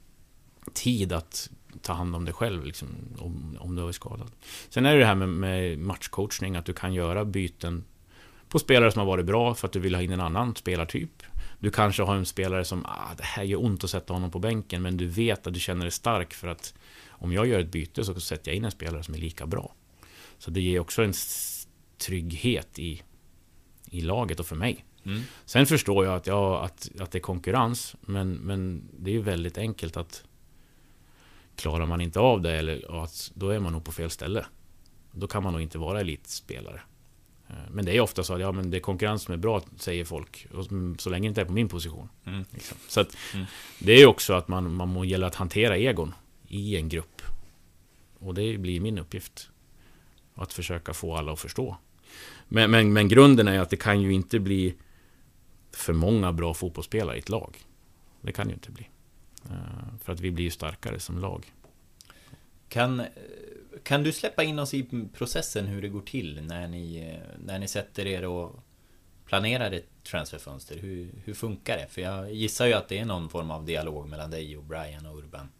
tid att ta hand om dig själv liksom, om, om du är skadad. Sen är det det här med, med matchcoachning, att du kan göra byten på spelare som har varit bra för att du vill ha in en annan spelartyp. Du kanske har en spelare som, ah, det här gör ont att sätta honom på bänken, men du vet att du känner dig stark för att om jag gör ett byte så sätter jag in en spelare som är lika bra. Så det ger också en trygghet i, i laget och för mig. Mm. Sen förstår jag att, ja, att, att det är konkurrens, men, men det är ju väldigt enkelt att klarar man inte av det, eller att då är man nog på fel ställe. Då kan man nog inte vara elitspelare. Men det är ofta så att ja, men det är konkurrens som är bra, säger folk, och så länge det inte är på min position. Mm. Liksom. Så att mm. det är också att man, man må gälla att hantera egon i en grupp. Och det blir min uppgift. Att försöka få alla att förstå. Men, men, men grunden är att det kan ju inte bli för många bra fotbollsspelare i ett lag. Det kan ju inte bli. För att vi blir ju starkare som lag.
Kan, kan du släppa in oss i processen hur det går till när ni, när ni sätter er och planerar ett transferfönster? Hur, hur funkar det? För jag gissar ju att det är någon form av dialog mellan dig och Brian och Urban.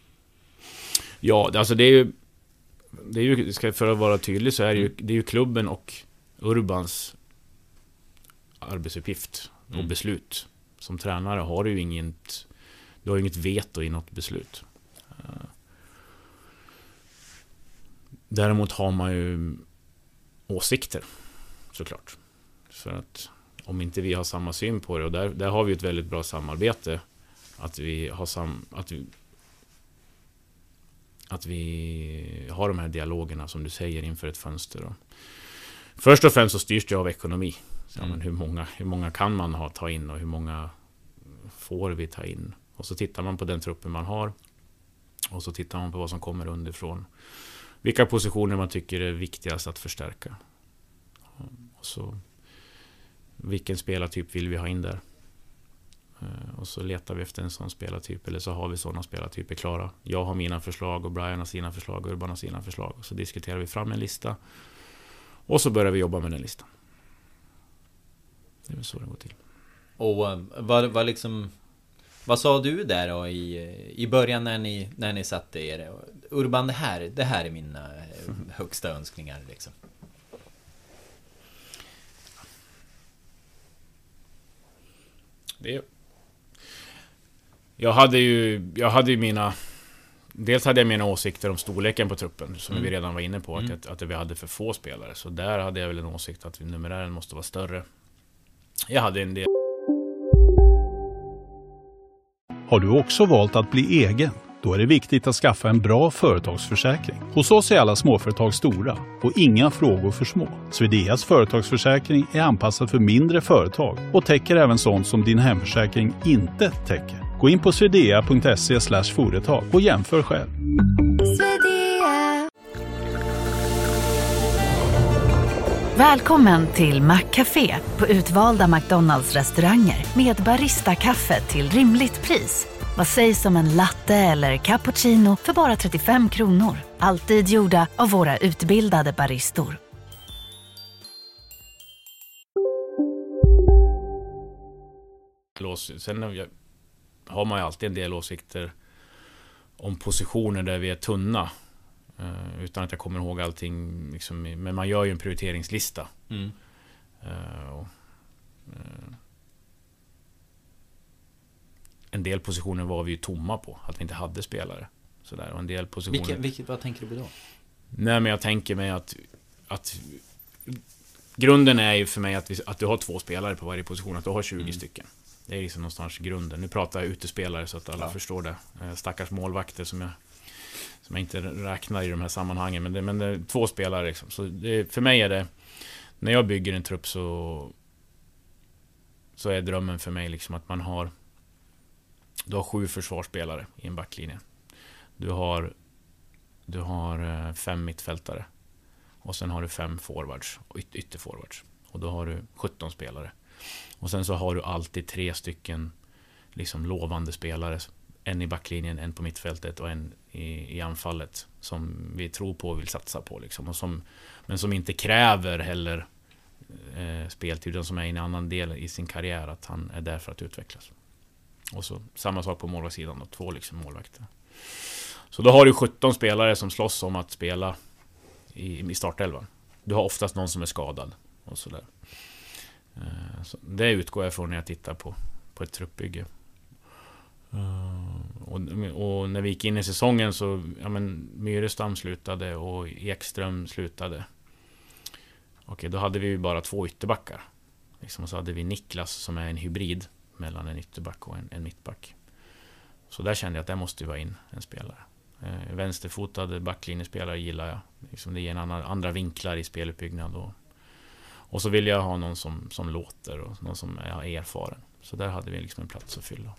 Ja, alltså det är ju, det är ju för att vara tydlig så är det ju, det är ju klubben och Urbans arbetsuppgift och mm. beslut. Som tränare har du ju inget, du har ju inget veto i något beslut. Däremot har man ju åsikter, såklart. För att om inte vi har samma syn på det, och där, där har vi ett väldigt bra samarbete, att vi har sam, att vi, att vi har de här dialogerna som du säger inför ett fönster. Då. Först och främst så styrs det av ekonomi. Så, mm. men hur många, hur många kan man ha, ta in och hur många får vi ta in? Och så tittar man på den truppen man har, och så tittar man på vad som kommer underifrån. Vilka positioner man tycker är viktigast att förstärka. Och så vilken spelartyp vill vi ha in där? Och så letar vi efter en sån spelartyp, eller så har vi sådana spelartyper klara. Jag har mina förslag och Brian har sina förslag och Urban har sina förslag. Och så diskuterar vi fram en lista och så börjar vi jobba med den listan. Det är väl så det går till.
Och vad, vad liksom vad sa du där då i, i början när ni, när ni satte er? Urban, det här, det här är mina högsta önskningar liksom.
Det Jag hade ju jag hade ju mina dels hade jag mina åsikter om storleken på truppen som mm. vi redan var inne på mm. att, att vi hade för få spelare, så där hade jag väl en åsikt att numerären måste vara större. Jag hade en del.
Har du också valt att bli egen? Då är det viktigt att skaffa en bra företagsförsäkring. Hos oss är alla småföretag stora och inga frågor för små. Swedeas företagsförsäkring är anpassad för mindre företag och täcker även sånt som din hemförsäkring inte täcker. Gå in på swedea punkt se slash företag och jämför själv.
Välkommen till Maccafé på utvalda McDonalds-restauranger med barista-kaffe till rimligt pris. Vad sägs om en latte eller cappuccino för bara trettiofem kronor? Alltid gjorda av våra utbildade baristor.
Sen har man ju alltid en del åsikter om positioner där vi är tunna. Utan att jag kommer ihåg allting liksom, men man gör ju en prioriteringslista. Mm. Uh, och, uh, en del positioner var vi ju tomma på, att vi inte hade spelare. Sådär. Och en del positioner...
Vilket, vilket, vad tänker du på då?
Nej, men jag tänker mig att, att grunden är ju för mig att, vi, att du har två spelare på varje position, att du har tjugo mm. stycken. Det är liksom någonstans grunden. Nu pratar jag utespelare så att alla ja. förstår det. Stackars målvakter som jag som jag inte räknar i de här sammanhangen, men det, men det är två spelare liksom. Så det, för mig är det, när jag bygger en trupp så så är drömmen för mig liksom att man har du har sju försvarsspelare i en backlinje. Du har du har fem mittfältare och sen har du fem forwards och yt- ytterforwards och då har du sjutton spelare. Och sen så har du alltid tre stycken liksom lovande spelare, en i backlinjen, en på mittfältet och en i, i anfallet som vi tror på och vill satsa på liksom. Och som, men som inte kräver heller eh, speltid, utan som är i en annan del i sin karriär, att han är där för att utvecklas. Och så samma sak på målvaktssidan då, två liksom målvakter. Så då har du sjutton spelare som slåss om att spela i, i startelvan. Du har oftast någon som är skadad och sådär. Eh, så det utgår jag från när jag tittar på, på ett truppbygge. Uh, och, och när vi gick in i säsongen så ja, men Myrestam slutade och Ekström slutade. Okej, då hade vi ju bara två ytterbackar liksom, och så hade vi Niklas som är en hybrid mellan en ytterback och en, en mittback. Så där kände jag att där måste vara in en spelare. uh, Vänsterfotade backlinjespelare gillar jag liksom, det ger en annan, andra vinklar i speluppbyggnad och, och så vill jag ha någon som, som låter och någon som är erfaren. Så där hade vi liksom en plats att fylla.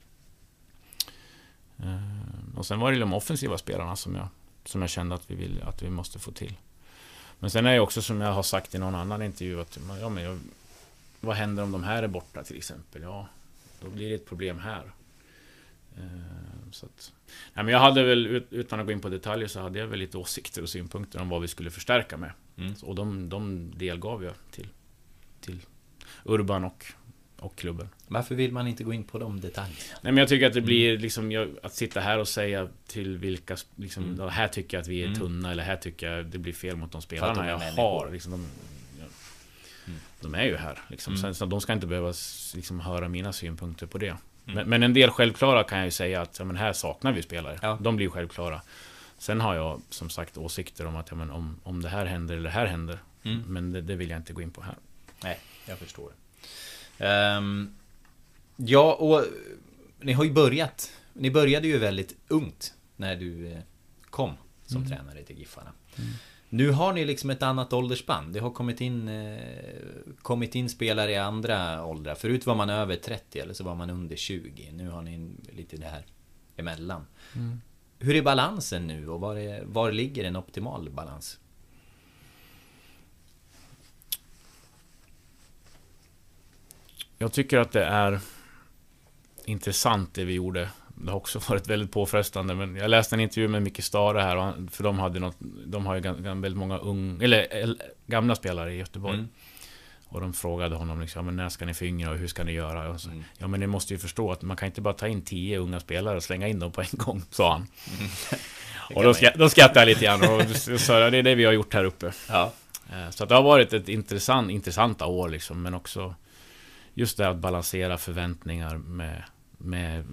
Uh, och sen var det de offensiva spelarna som jag, som jag kände att vi, vill, att vi måste få till. Men sen är det också som jag har sagt i någon annan intervju att ja, men jag, vad händer om de här är borta till exempel? Ja, då blir det ett problem här. Uh, så att, nej, men jag hade väl, utan att gå in på detaljer, så hade jag väl lite åsikter och synpunkter om vad vi skulle förstärka med. Mm. Och de, de delgav jag till, till Urban och och klubben.
Varför vill man inte gå in på de detaljerna?
Nej, men jag tycker att det blir liksom jag, att sitta här och säga till vilka liksom, mm. här tycker jag att vi är tunna mm. eller här tycker jag det blir fel mot de spelarna jag har liksom, de, ja, mm. de är ju här liksom. Mm. Sen, så de ska inte behöva liksom höra mina synpunkter på det. Mm. Men, men en del självklara kan jag ju säga att ja, men här saknar vi spelare. Ja. De blir självklara. Sen har jag som sagt åsikter om att ja, men om, om det här händer eller det här händer. Mm. Men det, det vill jag inte gå in på här.
Nej, jag förstår det. Um, ja, och ni har ju börjat. Ni började ju väldigt ungt när du eh, kom som mm. tränare till Giffarna. Mm. Nu har ni liksom ett annat åldersspann. Det har kommit in eh, kommit in spelare i andra åldrar. Förut var man över trettio eller så var man under tjugo. Nu har ni lite det här emellan. Mm. Hur är balansen nu och var, är, var ligger en optimal balans?
Jag tycker att det är intressant det vi gjorde. Det har också varit väldigt påfrestande, men jag läste en intervju med Micke Stare här, och han, för de hade något, de har ju g- väldigt många ung, eller, eller gamla spelare i Göteborg. Mm. Och de frågade honom liksom, ja, men när ska ni få yngre och hur ska ni göra? Och så, mm. Ja, men ni måste ju förstå att man kan inte bara ta in tio unga spelare och slänga in dem på en gång, sa han. Mm. Och då, ska, då skrattade jag lite grann och sa, det är det vi har gjort här uppe. Ja. Så att det har varit ett intressant, intressanta år liksom, men också just det att balansera förväntningar med, med,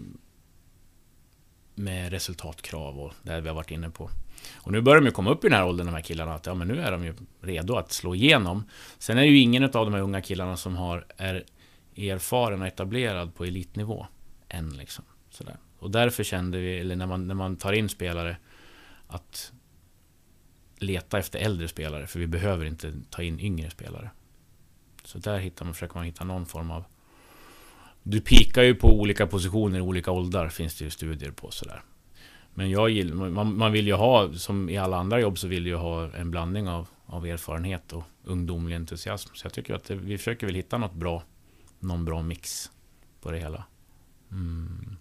med resultatkrav och det vi har varit inne på. Och nu börjar de ju komma upp i den här åldern, de här killarna, att ja, men nu är de ju redo att slå igenom. Sen är det ju ingen av de här unga killarna som har, är erfaren och etablerad på elitnivå än liksom. Sådär. Och därför kände vi, eller när man, när man tar in spelare, att leta efter äldre spelare, för vi behöver inte ta in yngre spelare. Så där hittar man, försöker man hitta någon form av... Du pikar ju på olika positioner i olika åldrar, finns det ju studier på sådär. Men jag gillar, man, man vill ju ha, som i alla andra jobb, så vill ju ha en blandning av, av erfarenhet och ungdomlig entusiasm. Så jag tycker att det, vi försöker väl hitta något bra, någon bra mix på det hela. Mm.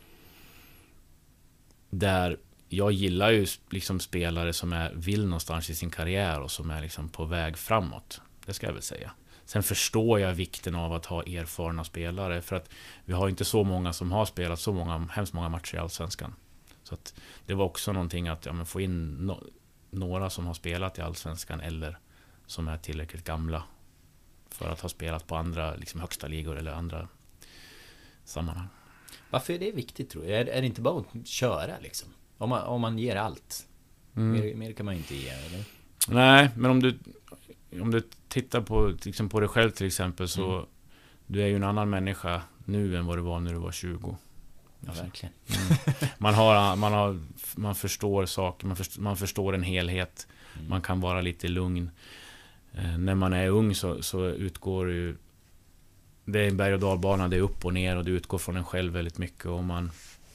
Där jag gillar ju liksom spelare som är, vill någonstans i sin karriär och som är liksom på väg framåt. Det ska jag väl säga. Sen förstår jag vikten av att ha erfarna spelare, för att vi har inte så många som har spelat så många, hemskt många matcher i Allsvenskan. Så att det var också någonting att ja, men få in no- några som har spelat i Allsvenskan eller som är tillräckligt gamla för att ha spelat på andra liksom, högsta ligor eller andra sammanhang.
Varför är det viktigt, tror jag? Är, är det inte bara att köra liksom? Om man, om man ger allt. Mm. Mer, mer kan man ju inte ge, eller?
Nej, men om du om du tittar på, liksom på dig själv till exempel, så mm. du är ju en annan människa nu än vad du var när du var tjugo.
Ja, verkligen.
Mm. Man har, man har, man förstår saker, man förstår, man förstår en helhet. Mm. Man kan vara lite lugn. Eh, när man är ung så, så utgår ju, det är en berg- och dalbana, det är upp och ner och det utgår från en själv väldigt mycket, och man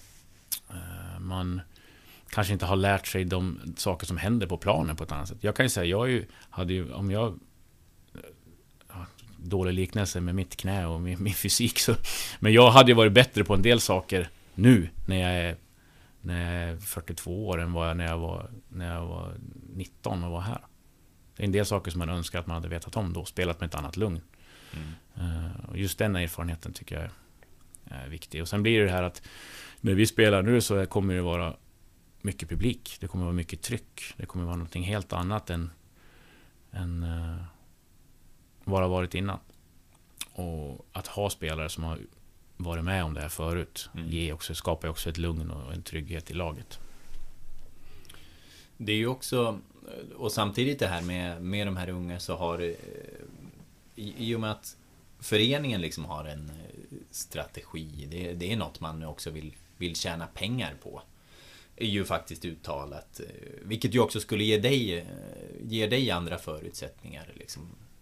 eh, man kanske inte har lärt sig de saker som händer på planen på ett annat sätt. Jag kan ju säga, jag ju, hade ju, om jag ja, dålig liknelse med mitt knä och min, min fysik så, men jag hade ju varit bättre på en del saker nu när jag är, när jag är fyrtiotvå år än vad jag när jag var när jag var nitton och var här. Det är en del saker som man önskar att man hade vetat om då, spelat med ett annat lugn. Mm. Uh, och just den erfarenheten tycker jag är, är viktig. Och sen blir det här att när vi spelar nu så kommer det vara mycket publik, det kommer vara mycket tryck, det kommer vara någonting helt annat än, än uh, vad det har varit innan. Och att ha spelare som har varit med om det här förut mm. ge också, skapar också ett lugn och en trygghet i laget.
Det är ju också, och samtidigt det här med, med de här unga, så har i, i och med att föreningen liksom har en strategi, det, det är något man också vill, vill tjäna pengar på, är ju faktiskt uttalat, vilket ju också skulle ge dig ge dig andra förutsättningar liksom.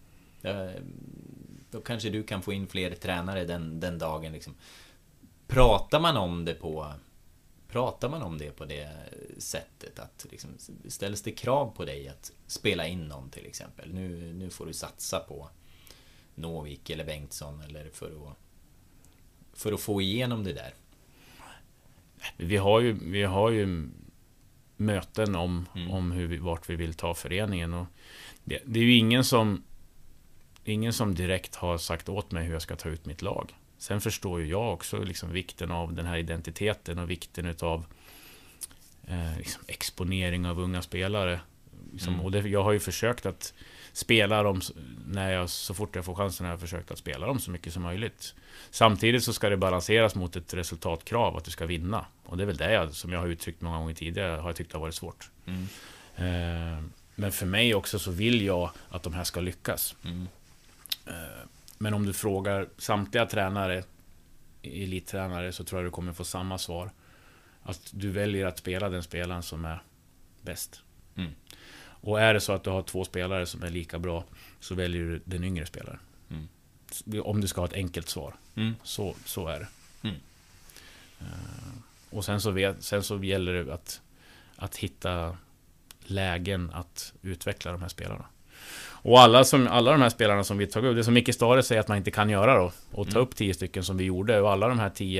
Då kanske du kan få in fler tränare den, den dagen liksom. Pratar man om det på pratar man om det på det sättet att liksom, ställs det krav på dig att spela in någon till exempel, nu, nu får du satsa på Novik eller Bengtsson eller för att för att få igenom det där.
Vi har ju, vi har ju möten om, mm. om hur vi, vart vi vill ta föreningen, och det, det är ju ingen som ingen som direkt har sagt åt mig hur jag ska ta ut mitt lag. Sen förstår ju jag också liksom vikten av den här identiteten och vikten utav eh, liksom exponering av unga spelare. Liksom, mm. Och det, jag har ju försökt att spela dem när jag, så fort jag får chansen, har jag försökt att spela dem så mycket som möjligt. Samtidigt så ska det balanseras mot ett resultatkrav att du ska vinna. Och det är väl det jag, som jag har uttryckt många gånger tidigare, har jag tyckt det har varit svårt. Mm. Eh, men för mig också så vill jag att de här ska lyckas. Mm. Eh, men om du frågar samtliga tränare, elittränare, så tror jag du kommer få samma svar. Att du väljer att spela den spelaren som är bäst. Mm. Och är det så att du har två spelare som är lika bra, så väljer du den yngre spelaren. Mm. Om du ska ha ett enkelt svar. Mm. Så, så är det. Mm. Uh, och sen så, vet, sen så gäller det att, att hitta lägen att utveckla de här spelarna. Och alla, som, alla de här spelarna som vi tog upp, det som Micke Stare säger att man inte kan göra då, och ta mm. upp tio stycken som vi gjorde, och alla de här tio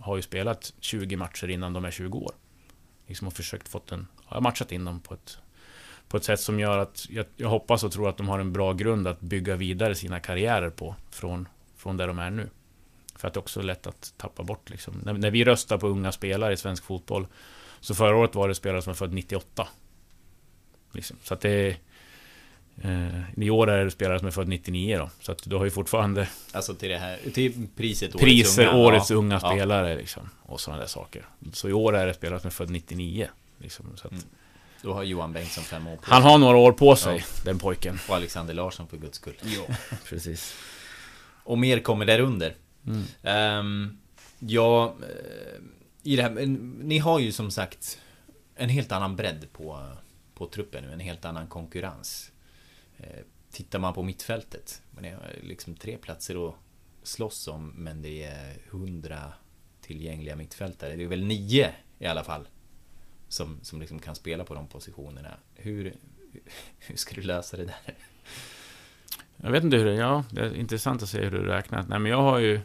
har ju spelat tjugo matcher innan de är tjugo år. Liksom har försökt fått en, har matchat in dem på ett, på ett sätt som gör att jag, jag hoppas och tror att de har en bra grund att bygga vidare sina karriärer på från, från där de är nu. För att det också är lätt att tappa bort liksom. När, när vi röstar på unga spelare i svensk fotboll, så förra året var det spelare som är född nittioåtta. Liksom. Så att det är Eh, i år är det spelare som är född nittionio då. Så att du har ju fortfarande
alltså till det här till priset
årets priser unga, årets
ja.
unga
ja.
spelare liksom, och sådana där saker. Så i år är det spelare som är född nittionio liksom, så att,
mm. Då har Johan Bengtsson fem år på
han sig. Har några år på sig, ja. Den pojken.
Och Alexander Larsson för guds skull.
Ja, precis.
Och mer kommer där under. Mm. um, Ja, i det här, ni har ju som sagt en helt annan bredd på, på truppen nu, en helt annan konkurrens. Tittar man på mittfältet, man är liksom tre platser att slåss om, men det är hundra tillgängliga mittfältare. Det är väl nio i alla fall som, som liksom kan spela på de positionerna. Hur, hur ska du lösa det där?
Jag vet inte hur det är. Ja, det är intressant att se hur du räknar. Nej, men jag har ju...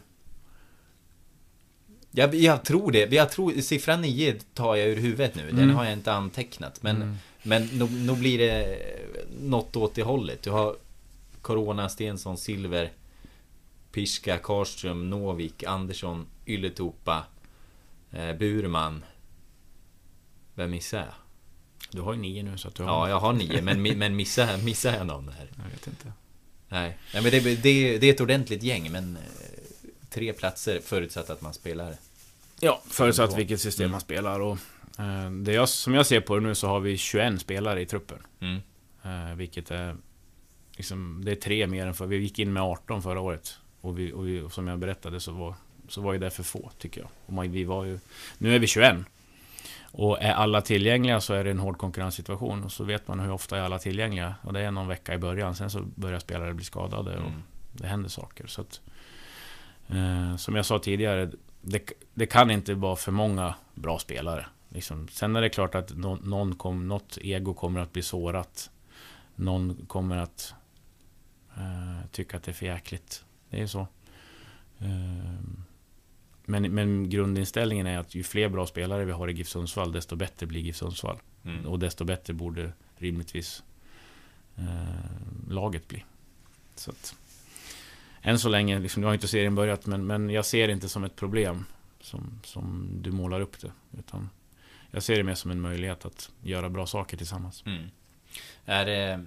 Jag, jag tror det. Jag tror, siffran nio tar jag ur huvudet nu. Den mm. har jag inte antecknat. Men, mm. men nog, nog blir det något åt det hållet. Du har Corona, Stensson, Silver, Piska, Karström, Novik, Andersson, Ylätupa, eh, Burman. Vem missar jag?
Du har ju nio nu så att du har...
Ja, jag har nio. Men, men missar, missar jag någon här?
Jag vet inte.
Nej, Nej men det, det, det är ett ordentligt gäng. Men eh, tre platser förutsatt att man spelar.
Ja, förutsatt vilket system mm. man spelar. Och, eh, det jag, som jag ser på det nu så har vi tjugoett spelare i truppen. Mm. Eh, vilket är liksom, det är tre mer än för. Vi gick in med arton förra året. Och, vi, och, vi, och som jag berättade så var, så var ju det för få, tycker jag. Och man, vi var ju, nu är vi tjugoett. Och är alla tillgängliga så är det en hård konkurrenssituation. Och så vet man hur ofta är alla tillgängliga. Och det är någon vecka i början. Sen så börjar spelare bli skadade och mm. det händer saker. Så att, eh, som jag sa tidigare, det, det kan inte vara för många bra spelare. Liksom. Sen är det klart att någon, någon kom, något ego kommer att bli sårat. Någon kommer att eh, tycka att det är för jäkligt. Det är så. Eh, Men, men grundinställningen är att ju fler bra spelare vi har i GIF Sundsvall, desto bättre blir GIF Sundsvall. Mm. Och desto bättre borde rimligtvis eh, laget bli. Så att, än så länge, liksom, nu har inte serien börjat, men, men jag ser det inte som ett problem som, som du målar upp det. Utan jag ser det mer som en möjlighet att göra bra saker tillsammans.
Mm. Är det...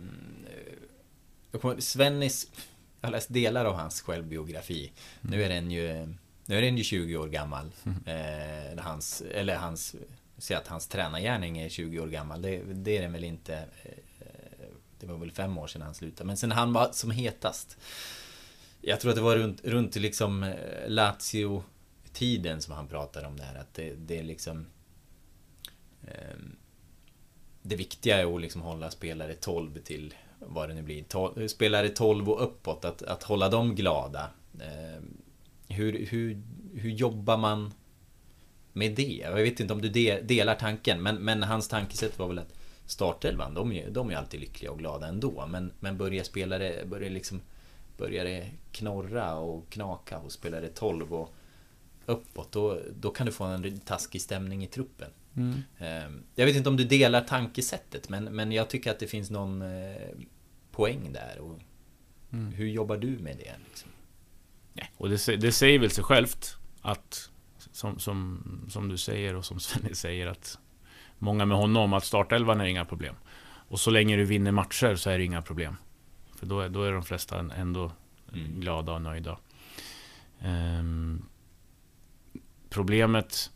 Svennis, jag har läst delar av hans självbiografi. Mm. Nu är den ju... Nu är den ju tjugo år gammal. Mm. Eh, hans, eller hans, säg att hans tränargärning är tjugo år gammal. Det, det är den väl inte. Eh, det var väl fem år sedan han slutade. Men sen han var som hetast. Jag tror att det var runt, runt liksom Lazio-tiden som han pratade om det här. Att det, det är liksom... Eh, det viktiga är att liksom hålla spelare tolv till vad det nu blir. tolv, spelare tolv och uppåt. Att, att hålla dem glada. Eh, Hur, hur, hur jobbar man med det? Jag vet inte om du de, delar tanken, men, men hans tankesätt var väl att startelvan, de är, de är alltid lyckliga och glada ändå. Men, men börjar spelare börjar liksom, börjar det knorra och knaka och spelare tolv och uppåt, då, då kan du få en taskig stämning i truppen. Mm. Jag vet inte om du delar tankesättet, men, men jag tycker att det finns någon poäng där. Och mm. Hur jobbar du med det liksom?
Och det, det säger väl sig självt att som, som, som du säger och som Sven säger, att många med honom, att startelvan är inga problem. Och så länge du vinner matcher så är det inga problem. För då är, då är de flesta ändå mm. glada och nöjda. Um, problemet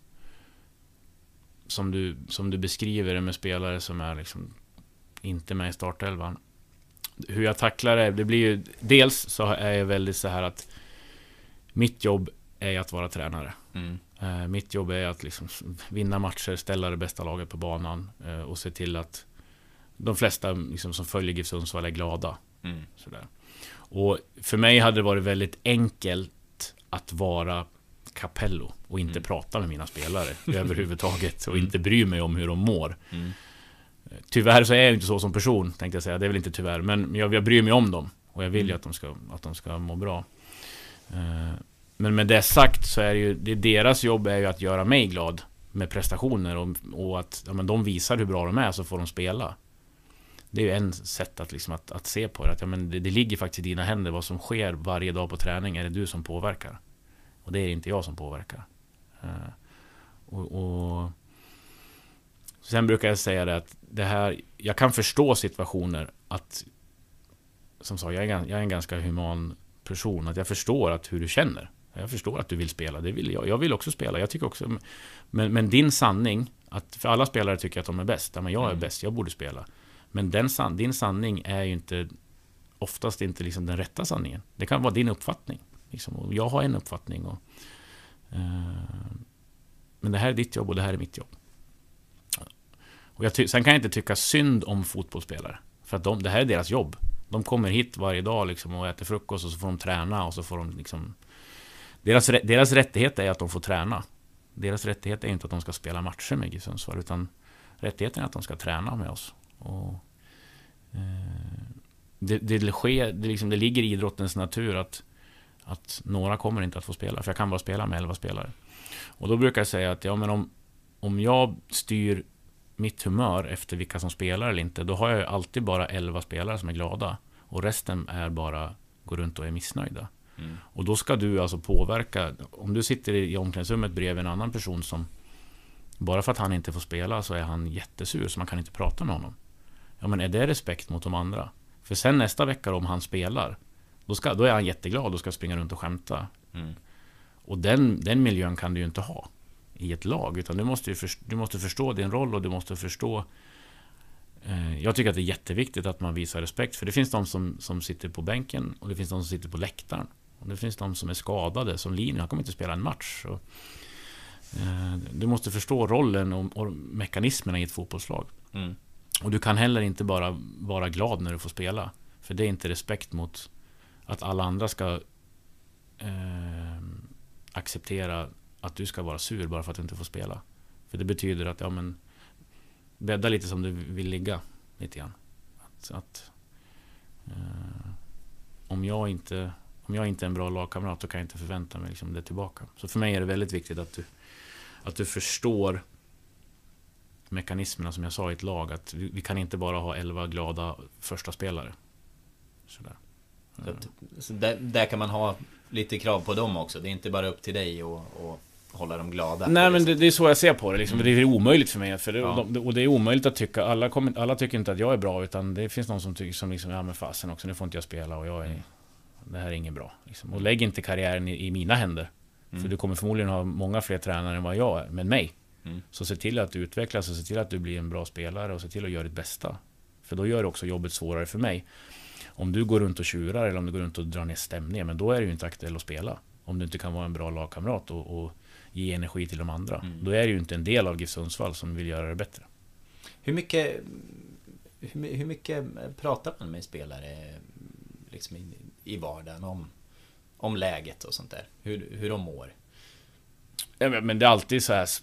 som du, som du beskriver det med spelare som är liksom inte med i startelvan. Hur jag tacklar det, det blir ju, dels så är jag väldigt så här att mitt jobb är att vara tränare. Mm. Uh, mitt jobb är att liksom vinna matcher, ställa det bästa laget på banan uh, och se till att de flesta liksom, som följer GIF Sundsvall är glada. Mm. Sådär. Och för mig hade det varit väldigt enkelt att vara Capello och inte mm. prata med mina spelare överhuvudtaget och mm. inte bry mig om hur de mår. Mm. Tyvärr så är jag inte så som person, tänkte jag säga. Det är väl inte tyvärr, men jag, jag bryr mig om dem och jag vill ju mm. att de ska, att de ska må bra. Uh, men med det sagt så är det ju, det, deras jobb är ju att göra mig glad med prestationer och, och att ja, men de visar hur bra de är, så får de spela. Det är ju en sätt att, liksom, att, att se på det, att ja, men det, det ligger faktiskt i dina händer. Vad som sker varje dag på träning är det du som påverkar, och det är inte jag som påverkar. uh, och, och sen brukar jag säga det att det här, jag kan förstå situationer att, som sagt, jag är, jag är en ganska human person, att jag förstår att hur du känner. Jag förstår att du vill spela, det vill jag. Jag vill också spela, jag tycker också. Men, men din sanning, att för alla spelare tycker att de är bäst. Men jag är mm. bäst, jag borde spela. Men den, din sanning är ju inte oftast inte liksom den rätta sanningen. Det kan vara din uppfattning. Liksom. Och jag har en uppfattning. Och, eh, men det här är ditt jobb och det här är mitt jobb. Och jag ty- sen kan jag inte tycka synd om fotbollsspelare. För att de, det här är deras jobb. De kommer hit varje dag liksom, och äter frukost, och så får de träna, och så får de liksom... Deras, deras rättighet är att de får träna. Deras rättighet är inte att de ska spela matcher med GIF Sundsvall, utan rättigheten är att de ska träna med oss. Och, eh, det, det, sker, det, liksom, det ligger i idrottens natur att, att några kommer inte att få spela, för jag kan bara spela med elva spelare. Och då brukar jag säga att ja, men om, om jag styr mitt humör efter vilka som spelar eller inte, då har jag alltid bara elva spelare som är glada, och resten är bara går runt och är missnöjda. Mm. Och då ska du alltså påverka. Om du sitter i omklädningsrummet bredvid en annan person som, bara för att han inte får spela så är han jättesur, så man kan inte prata med honom. Ja, men är det respekt mot de andra? För sen nästa vecka om han spelar, då, ska, då är han jätteglad och ska springa runt och skämta. Mm. Och den, den miljön kan du ju inte ha i ett lag, utan du måste, ju förstå, du måste förstå din roll, och du måste förstå. eh, Jag tycker att det är jätteviktigt att man visar respekt, för det finns de som, som sitter på bänken, och det finns de som sitter på läktaren, och det finns de som är skadade, som Linus, han kommer inte spela en match. Och, eh, du måste förstå rollen och, och mekanismerna i ett fotbollslag. Mm. Och du kan heller inte bara vara glad när du får spela, för det är inte respekt mot att alla andra ska eh, acceptera att du ska vara sur bara för att du inte får spela. För det betyder att ja, men bädda lite som du vill ligga lite grann. Att, att eh, om jag inte om jag inte är en bra lagkamrat, då kan jag inte förvänta mig liksom det tillbaka. Så för mig är det väldigt viktigt att du att du förstår mekanismerna som jag sa i ett lag, att vi, vi kan inte bara ha elva glada första spelare. Sådär.
Så, att, så där, där kan man ha lite krav på dem också. Det är inte bara upp till dig och, och hålla dem glada.
Nej, men det, det är så jag ser på det liksom. Mm. Det är omöjligt för mig, för det,
ja.
och det är omöjligt att tycka, alla, kommer, alla tycker inte att jag är bra, utan det finns någon som tycker som liksom, ja men fasen också, nu får inte jag spela, och jag är, det här är inget bra liksom. Och lägg inte karriären i, i mina händer. Mm. För du kommer förmodligen ha många fler tränare än vad jag är, med mig. Mm. Så se till att du utvecklas, och se till att du blir en bra spelare, och se till att göra ditt bästa. För då gör det också jobbet svårare för mig. Om du går runt och tjurar, eller om du går runt och drar ner stämningen, men då är det ju inte aktuellt att spela. Om du inte kan vara en bra lagkamrat och, och ge energi till de andra. Mm. Då är det ju inte en del av GIF Sundsvall som vill göra det bättre.
Hur mycket, hur, hur mycket pratar man med spelare liksom i, i vardagen om, om läget och sånt där? Hur, hur de mår?
Ja, men det är alltid så här,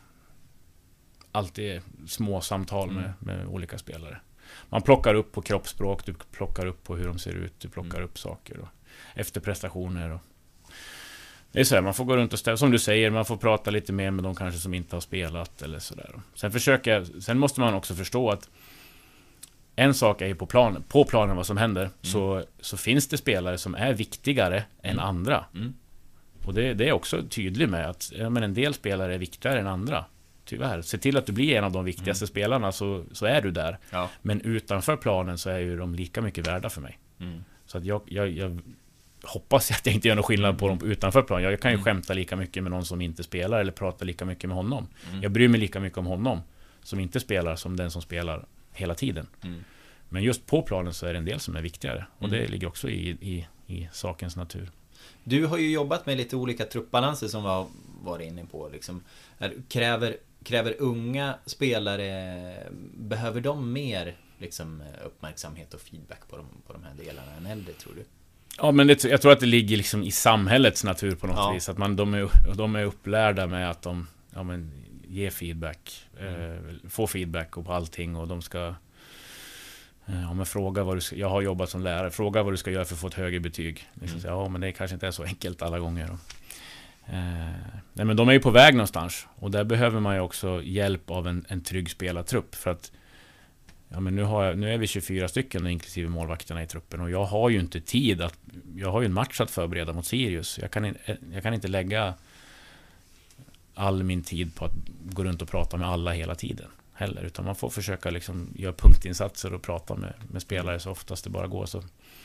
alltid små samtal med, mm. med olika spelare. Man plockar upp på kroppsspråk, du plockar upp på hur de ser ut, du plockar mm. upp saker och efter prestationer. Och det är så här, man får gå runt och ställa, som du säger, man får prata lite mer med de kanske som inte har spelat eller sådär. Sen försöker jag, sen måste man också förstå att en sak är ju på planen, på planen vad som händer, mm. så, så finns det spelare som är viktigare mm. än andra. Mm. Och det, det är också tydligt med att ja, men en del spelare är viktigare än andra. Tyvärr. Se till att du blir en av de viktigaste mm. spelarna, så, så är du där. Ja. Men utanför planen så är ju de lika mycket värda för mig. Mm. Så att jag, jag, jag hoppas att jag inte gör någon skillnad på dem utanför planen. Jag kan ju mm. skämta lika mycket med någon som inte spelar, eller prata lika mycket med honom. Mm. Jag bryr mig lika mycket om honom som inte spelar som den som spelar hela tiden. Mm. Men just på planen så är det en del som är viktigare. Och mm. det ligger också i, i, i sakens natur.
Du har ju jobbat med lite olika truppbalanser som var, var inne på. Liksom. Kräver, kräver unga spelare, behöver de mer liksom, uppmärksamhet och feedback på de, på de här delarna än äldre, tror du?
Ja, men det, jag tror att det ligger liksom i samhällets natur på något ja. vis. Att man, de, är, de är upplärda med att de ja, men, ger feedback, mm. eh, får feedback och på allting, och de ska Om jag frågar vad du ska, jag har jobbat som lärare, fråga vad du ska göra för att få ett högre betyg. Liksom, mm. Ja, men det kanske inte är så enkelt alla gånger. Då. Eh, nej, men de är ju på väg någonstans. Och där behöver man ju också hjälp av en, en trygg spelartrupp. För att ja, men nu, har jag, nu är vi tjugofyra stycken inklusive målvakterna i truppen. Och jag har ju inte tid att, jag har ju en match att förbereda mot Sirius. Jag kan, jag kan inte lägga all min tid på att gå runt och prata med alla hela tiden heller, utan man får försöka liksom göra punktinsatser och prata med, med spelare så oftast det bara går. Så.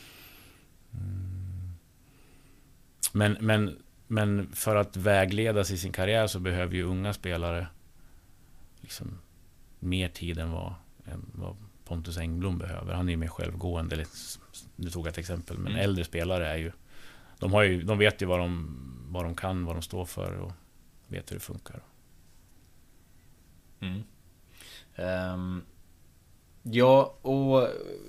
Mm. Men, men, men för att vägledas i sin karriär så behöver ju unga spelare liksom mer tid än vad, än vad Pontus Engblom behöver. Han är ju mer självgående. Nu tog jag ett exempel, men mm. äldre spelare är ju de, har ju, de vet ju vad de, vad de kan, vad de står för och vet hur det funkar.
Mm. Um, ja, och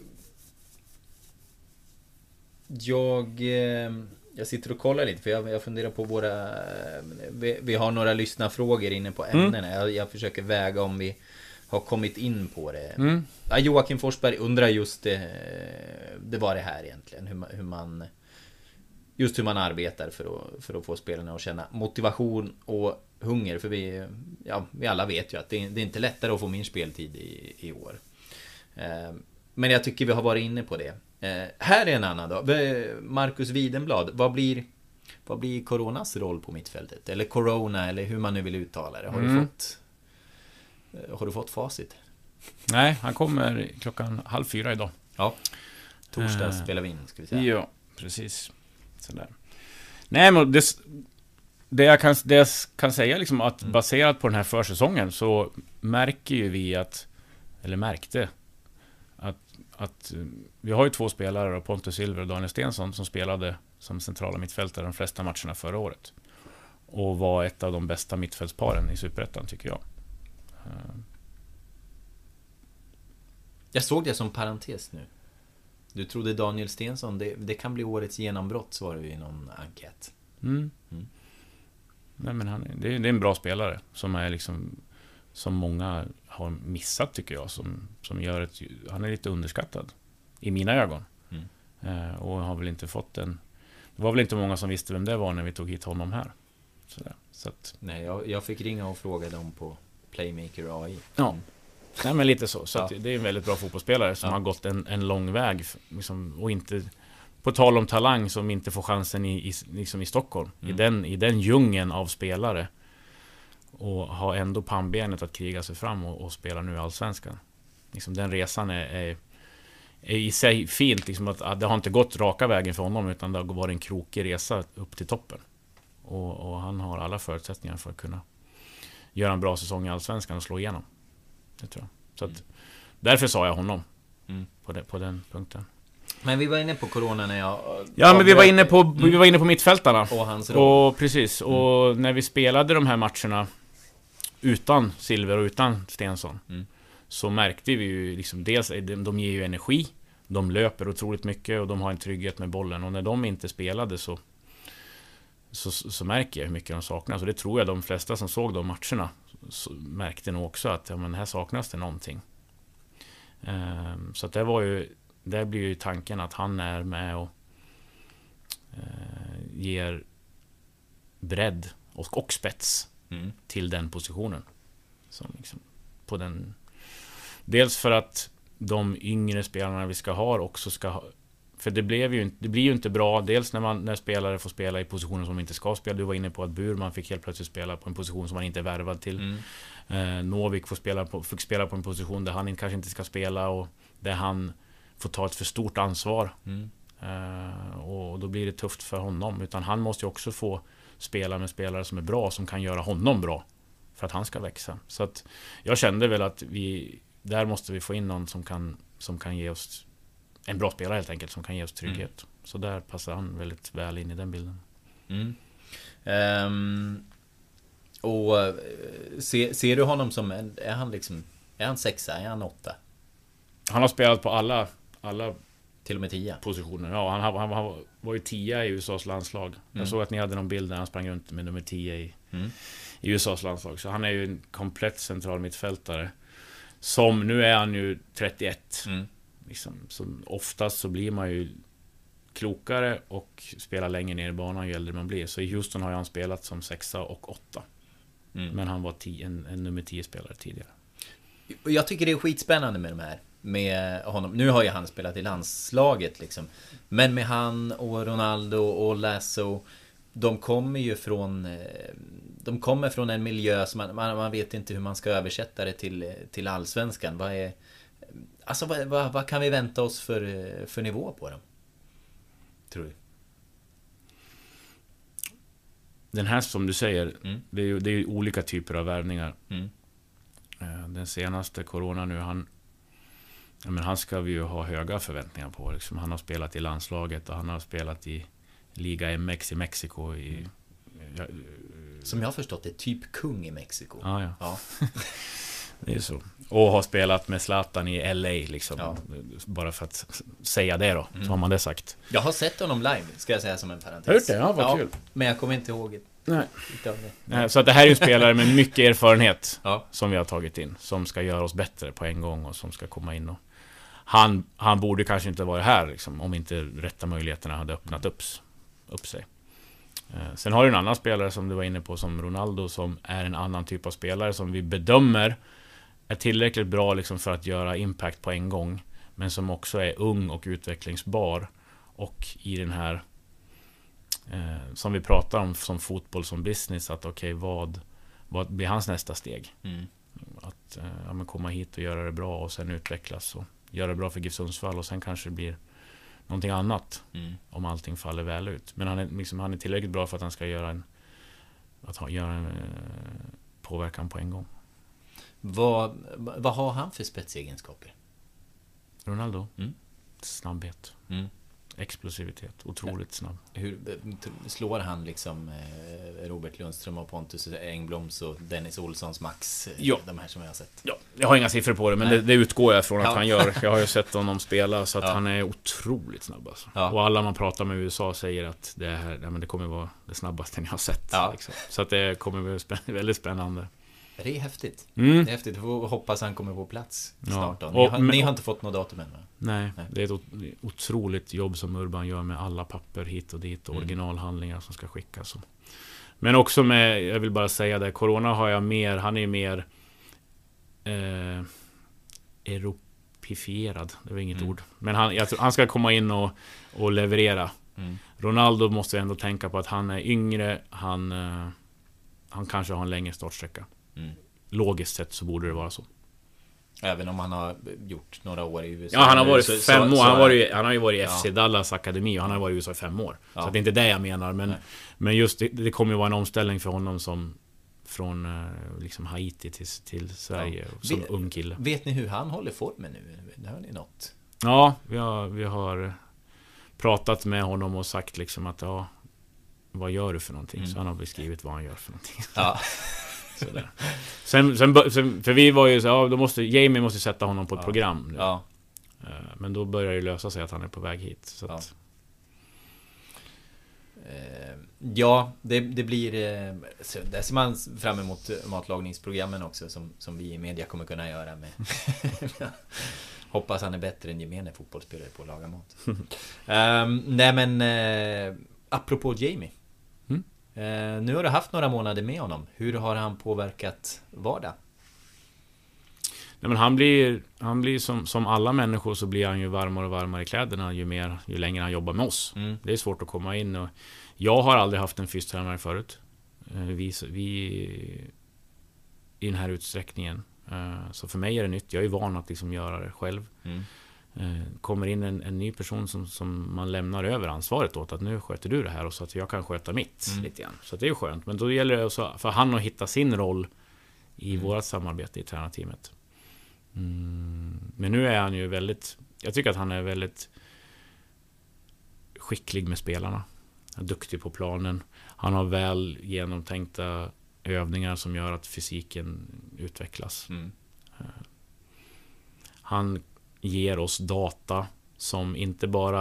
jag jag sitter och kollar lite för jag, jag funderar på våra vi, vi har några lyssnarfrågor inne på ämnena. Mm. Jag, jag försöker väga om vi har kommit in på det. Mm. Ja, Joakim Forsberg undrar just det, det var det här egentligen hur man, hur man just hur man arbetar för att, för att få spelarna att känna motivation och hunger, för vi, ja, vi alla vet ju att det är, det är inte lättare att få min speltid i, i år. Eh, men jag tycker vi har varit inne på det. Eh, här är en annan då. Marcus Widenblad, vad blir, vad blir Coronas roll på mittfältet? Eller Corona, eller hur man nu vill uttala det. Har, mm. du, fått, eh, har du fått facit?
Nej, han kommer klockan halv fyra idag.
Ja, torsdag eh, spelar vi in, ska vi säga.
Ja, precis. Sådär. Nej, men det... Det jag kan, det jag kan säga liksom att mm. baserat på den här försäsongen så märker ju vi att, eller märkte att, att vi har ju två spelare, Pontus Silver och Daniel Stensson, som spelade som centrala mittfältare de flesta matcherna förra året och var ett av de bästa mittfältsparen i Superettan, tycker jag.
Jag såg det som parentes nu. Du trodde Daniel Stensson, det, det kan bli årets genombrott, svarade vi i någon enkät.
Mm. Mm. Nej, men han, det, är, det är en bra spelare som är liksom, som många har missat, tycker jag, som, som gör ett, han är lite underskattad i mina ögon. Mm. eh, och har väl inte fått en, det var väl inte många som visste vem det var när vi tog hit honom här. Sådär. Så att,
nej, jag, jag fick ringa och fråga dem på Playmaker A I.
Ja, mm. Nej, men lite så, så ja. Att det är en väldigt bra fotbollsspelare som ja. har gått en, en lång väg liksom, och inte, på tal om talang som inte får chansen i, i, liksom i Stockholm. Mm. I, den, I den djungeln av spelare. Och har ändå pannbenet att kriga sig fram och, och spela nu i Allsvenskan. Liksom den resan är, är, är i sig fint. Liksom att, att det har inte gått raka vägen för honom, utan det har varit en krokig resa upp till toppen. Och, och han har alla förutsättningar för att kunna göra en bra säsong i Allsvenskan och slå igenom. Det tror jag. Så att, mm. därför sa jag honom mm. på, det, på den punkten.
Men vi var inne på corona när jag...
Ja, men vi var inne på, mm. vi var inne på mittfältarna.
Och hans roll.
Och precis. Mm. Och när vi spelade de här matcherna utan Silver och utan Stensson mm. så märkte vi ju liksom, dels, de, de ger ju energi. De löper otroligt mycket och de har en trygghet med bollen. Och när de inte spelade så så, så märker jag hur mycket de saknas. Och det tror jag de flesta som såg de matcherna så märkte nog också att ja, men här saknas det någonting. Um, så att det var ju, där blir ju tanken att han är med och uh, ger bredd och, och spets mm. till den positionen. Som liksom på den, dels för att de yngre spelarna vi ska ha också ska ha, för det blev ju det blir ju inte bra, dels när man när spelare får spela i positioner som de inte ska spela. Du var inne på att Burman fick helt plötsligt spela på en position som han inte är värvad till. Mm. Eh, Novik får spela på fick spela på en position där han kanske inte ska spela och där han får ta ett för stort ansvar. Mm. Eh, och då blir det tufft för honom, utan han måste ju också få spela med spelare som är bra, som kan göra honom bra för att han ska växa. Så att jag kände väl att vi där måste vi få in någon som kan som kan ge oss en bra spelare helt enkelt, som kan ge oss trygghet. Mm. Så där passar han väldigt väl in i den bilden.
Mm. Um, och ser, ser du honom som en, är han liksom är han sexa, är han åtta?
Han har spelat på alla alla
till och med tio
positioner. Ja, han, han, han var ju tia i U S A:s landslag. Mm. Jag såg att ni hade någon bild där han sprang runt med nummer tio i, mm. i U S A:s landslag. Så han är ju en komplett central mittfältare. Som nu är han ju trettioett. Mm. liksom, så oftast så blir man ju klokare och spelar längre ner i banan ju äldre man blir. Så i Houston har han spelat som sexa och åtta. Mm. Men han var tio, en, en nummer tio spelare tidigare.
Jag tycker det är skitspännande med de här. Med honom. Nu har ju han spelat i landslaget liksom. Men med han och Ronaldo och Lasso, de kommer ju från de kommer från en miljö som man, man vet inte hur man ska översätta det till, till allsvenskan. Vad är alltså vad, vad, vad kan vi vänta oss för, för nivå på dem? Tror du?
Den här som du säger,
mm.
det är ju det är ju olika typer av värvningar.
Mm.
Den senaste corona nu, han ja, men han ska vi ju ha höga förväntningar på liksom. Han har spelat i landslaget och han har spelat i Liga M X i Mexiko i,
mm. ja, som jag har förstått är typ kung i Mexiko.
Ah, ja.
Ja.
Det är så. Och har spelat med Zlatan i L A liksom.
Ja.
Bara för att säga det då, mm. så har man det sagt.
Jag har sett honom live, ska jag säga som en parentes.
Hört det? Ja, vad ja, kul.
Men jag kommer inte ihåg
Nej.
det.
Nej, så att det här är ju spelare med mycket erfarenhet
ja.
som vi har tagit in, som ska göra oss bättre på en gång och som ska komma in och han, han borde kanske inte vara här liksom, om inte rätta möjligheterna hade öppnat upp, upp sig. Eh, sen har du en annan spelare som du var inne på som Ronaldo, som är en annan typ av spelare som vi bedömer är tillräckligt bra liksom, för att göra impact på en gång, men som också är ung och utvecklingsbar och i den här eh, som vi pratar om som fotboll som business, att okej, okay, vad, vad blir hans nästa steg?
Mm.
Att eh, ja, men komma hit och göra det bra och sen utvecklas och göra det bra för GIF Sundsvall och sen kanske det blir någonting annat
mm.
om allting faller väl ut. Men han är, liksom, han är tillräckligt bra för att han ska göra en att ha, göra en eh, påverkan på en gång.
Vad, vad har han för spetsegenskaper?
Ronaldo?
Mm.
Snabbhet.
Mm.
Explosivitet. Otroligt ja. snabb.
Hur slår han liksom Robert Lundström och Pontus Engbloms och Dennis Olssons Max?
Ja.
De här som jag har sett.
Ja, jag har inga siffror på det, men det, det utgår jag från att
ja.
han gör. Jag har ju sett honom spela, så att
ja.
han är otroligt snabb alltså.
Ja.
Och alla man pratar med i U S A säger att det här, ja, men det kommer vara det snabbaste ni har sett.
Ja.
Liksom. Så att det kommer bli spä- väldigt spännande.
Det är häftigt.
Mm.
Det är häftigt. Vi får hoppas han kommer på plats snart då. Ni,
och,
har,
men,
ni har inte fått något datum än, va?
Nej, nej, det är ett otroligt jobb som Urban gör med alla papper hit och dit och
mm.
originalhandlingar som ska skickas. Men också med, jag vill bara säga det, corona har jag mer, han är mer eh, europifierad, det var inget mm. ord. Men han, jag tror, han ska komma in och, och leverera.
Mm.
Ronaldo måste ändå tänka på att han är yngre, han, eh, han kanske har en längre startsträcka.
Mm.
Logiskt sett så borde det vara så.
Även om han har gjort några år i U S A.
Ja, han har varit
så,
fem
så,
år.
så,
han, har varit, han har ju varit i F C
ja.
Dallas akademi och han har varit i U S A i fem år.
Ja.
Så det är inte det jag menar. Men, men just det, det kommer ju vara en omställning för honom som från liksom Haiti till, till Sverige ja. som
vet,
ung kille.
Vet ni hur han håller formen nu? Hör ni något?
Ja, vi har, vi har pratat med honom och sagt liksom att ja, vad gör du för någonting? Mm. Så han har beskrivit vad han gör för någonting.
Ja.
Sådär. Sen, sen, sen, för vi var ju så, ja, då måste Jamie måste sätta honom på ett
ja.
program nu.
Ja.
Men då börjar det lösa sig att han är på väg hit så att...
Ja, det, det blir så där ser man fram emot matlagningsprogrammen också som, som vi i media kommer kunna göra med. Hoppas han är bättre än gemene fotbollsspelare på att laga mat. um, nej men uh, apropå Jamie.
Mm.
Uh, nu har du haft några månader med honom. Hur har han påverkat vardag?
Nej, men han blir, han blir som, som alla människor så blir han ju varmare och varmare i kläderna ju mer, ju längre han jobbar med oss.
Mm.
Det är svårt att komma in och jag har aldrig haft en fystränare förut. Vi, vi i den här utsträckningen. Så för mig är det nytt. Jag är van att liksom göra det själv.
Mm.
Kommer in en, en ny person som, som man lämnar över ansvaret åt, att nu sköter du det här och så att jag kan sköta mitt mm. lite grann. Så det är ju skönt. Men då gäller det också för han att hitta sin roll i mm. vårt samarbete i tränarteamet. Mm. Men nu är han ju väldigt, jag tycker att han är väldigt skicklig med spelarna. Han är duktig på planen. Han har väl genomtänkta övningar som gör att fysiken utvecklas.
Mm.
Han ger oss data som inte bara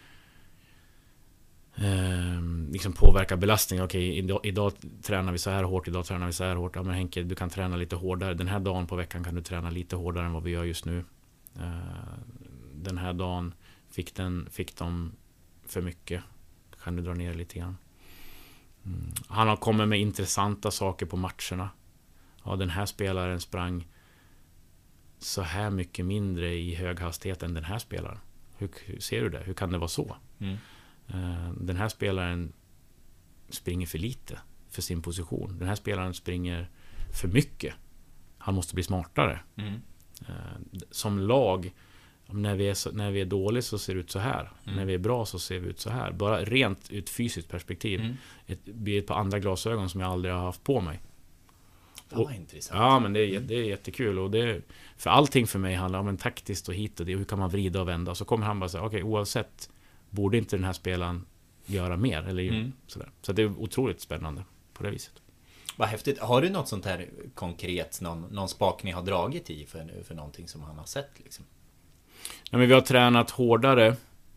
eh, liksom påverkar belastning. Okej, idag, idag tränar vi så här hårt, idag tränar vi så här hårt. Ja, men Henke, du kan träna lite hårdare. Den här dagen på veckan kan du träna lite hårdare än vad vi gör just nu. Eh, den här dagen fick, den, fick de för mycket. Kan du dra ner lite grann? Mm. Han har kommit med intressanta saker på matcherna. Ja, den här spelaren sprang så här mycket mindre i hög hastighet än den här spelaren. Hur, hur ser du det? Hur kan det vara så? Mm. Uh, den här spelaren springer för lite för sin position. Den här spelaren springer för mycket. Han måste bli smartare. Mm. Uh, som lag, när vi, är så, när vi är dåliga så ser det ut så här. Mm. När vi är bra så ser vi ut så här. Bara rent ur ett fysiskt perspektiv. Mm. Ett, blir ett par andra glasögon som jag aldrig har haft på mig. Och, ja, men det är, det är jättekul. Och det, för allting för mig handlar om en taktiskt och hit och det. Hur kan man vrida och vända? Så kommer han bara säga, okej, okay, oavsett, borde inte den här spelaren göra mer? Eller mm. sådär. Så det är otroligt spännande på det viset.
Vad häftigt. Har du något sånt här konkret, någon, någon spak ni har dragit i för, för någonting som han har sett? Liksom?
Ja, men vi har tränat hårdare.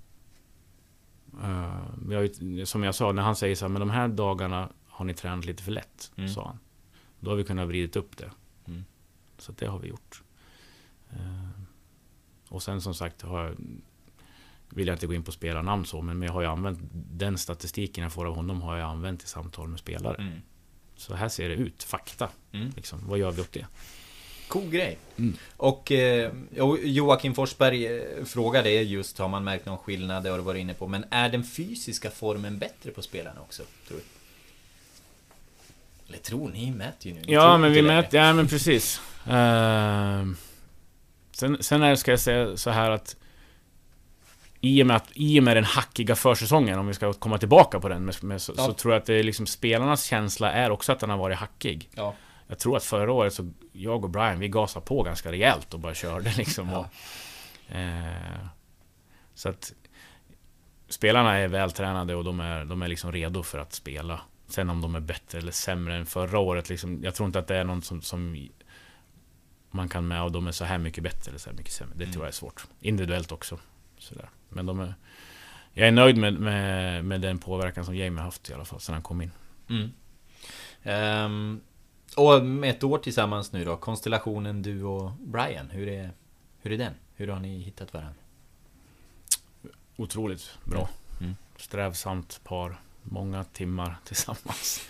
Uh, vi har ju, som jag sa, när han säger så här, men de här dagarna har ni tränat lite för lätt, mm. sa han. Då har vi kunnat vrida upp det. Mm. Så det har vi gjort. Uh, och sen som sagt har jag, vill jag inte gå in på spelarnamn så, men jag har ju använt den statistiken jag får av honom har jag använt i samtal med spelare. Mm. Så här ser det ut, fakta. Mm. Liksom, vad gör vi åt det?
Cool grej. Mm. Och eh, Joakim Forsberg eh, frågade just, har man märkt någon skillnad? Det har du varit inne på. Men är den fysiska formen bättre på spelarna också, tror du? Eller tror ni, mäter ju nu. Ni
ja, men vi mäter, ja men precis. Uh, sen, sen är det, ska jag säga så här att i och med, att, i och med den hackiga försäsongen, om vi ska komma tillbaka på den, med, med, så, ja. så tror jag att det är liksom, spelarnas känsla är också att den har varit hackig. Ja. Jag tror att förra året så jag och Brian, vi gasade på ganska rejält och bara körde liksom. Ja. Och, eh, så att spelarna är vältränade och de är, de är liksom redo för att spela. Sen om de är bättre eller sämre än förra året liksom, jag tror inte att det är någon som, som man kan med och de är så här mycket bättre eller så här mycket sämre. Det mm. tror jag är svårt. Individuellt också. Sådär. Men de är, jag är nöjd med, med, med den påverkan som Jamie har haft i alla fall sedan han kom in.
Mm. Um, och med ett år tillsammans nu då, konstellationen du och Brian, hur är, hur är den? Hur har ni hittat varandra?
Otroligt bra. Mm. Strävsamt par. Många timmar tillsammans.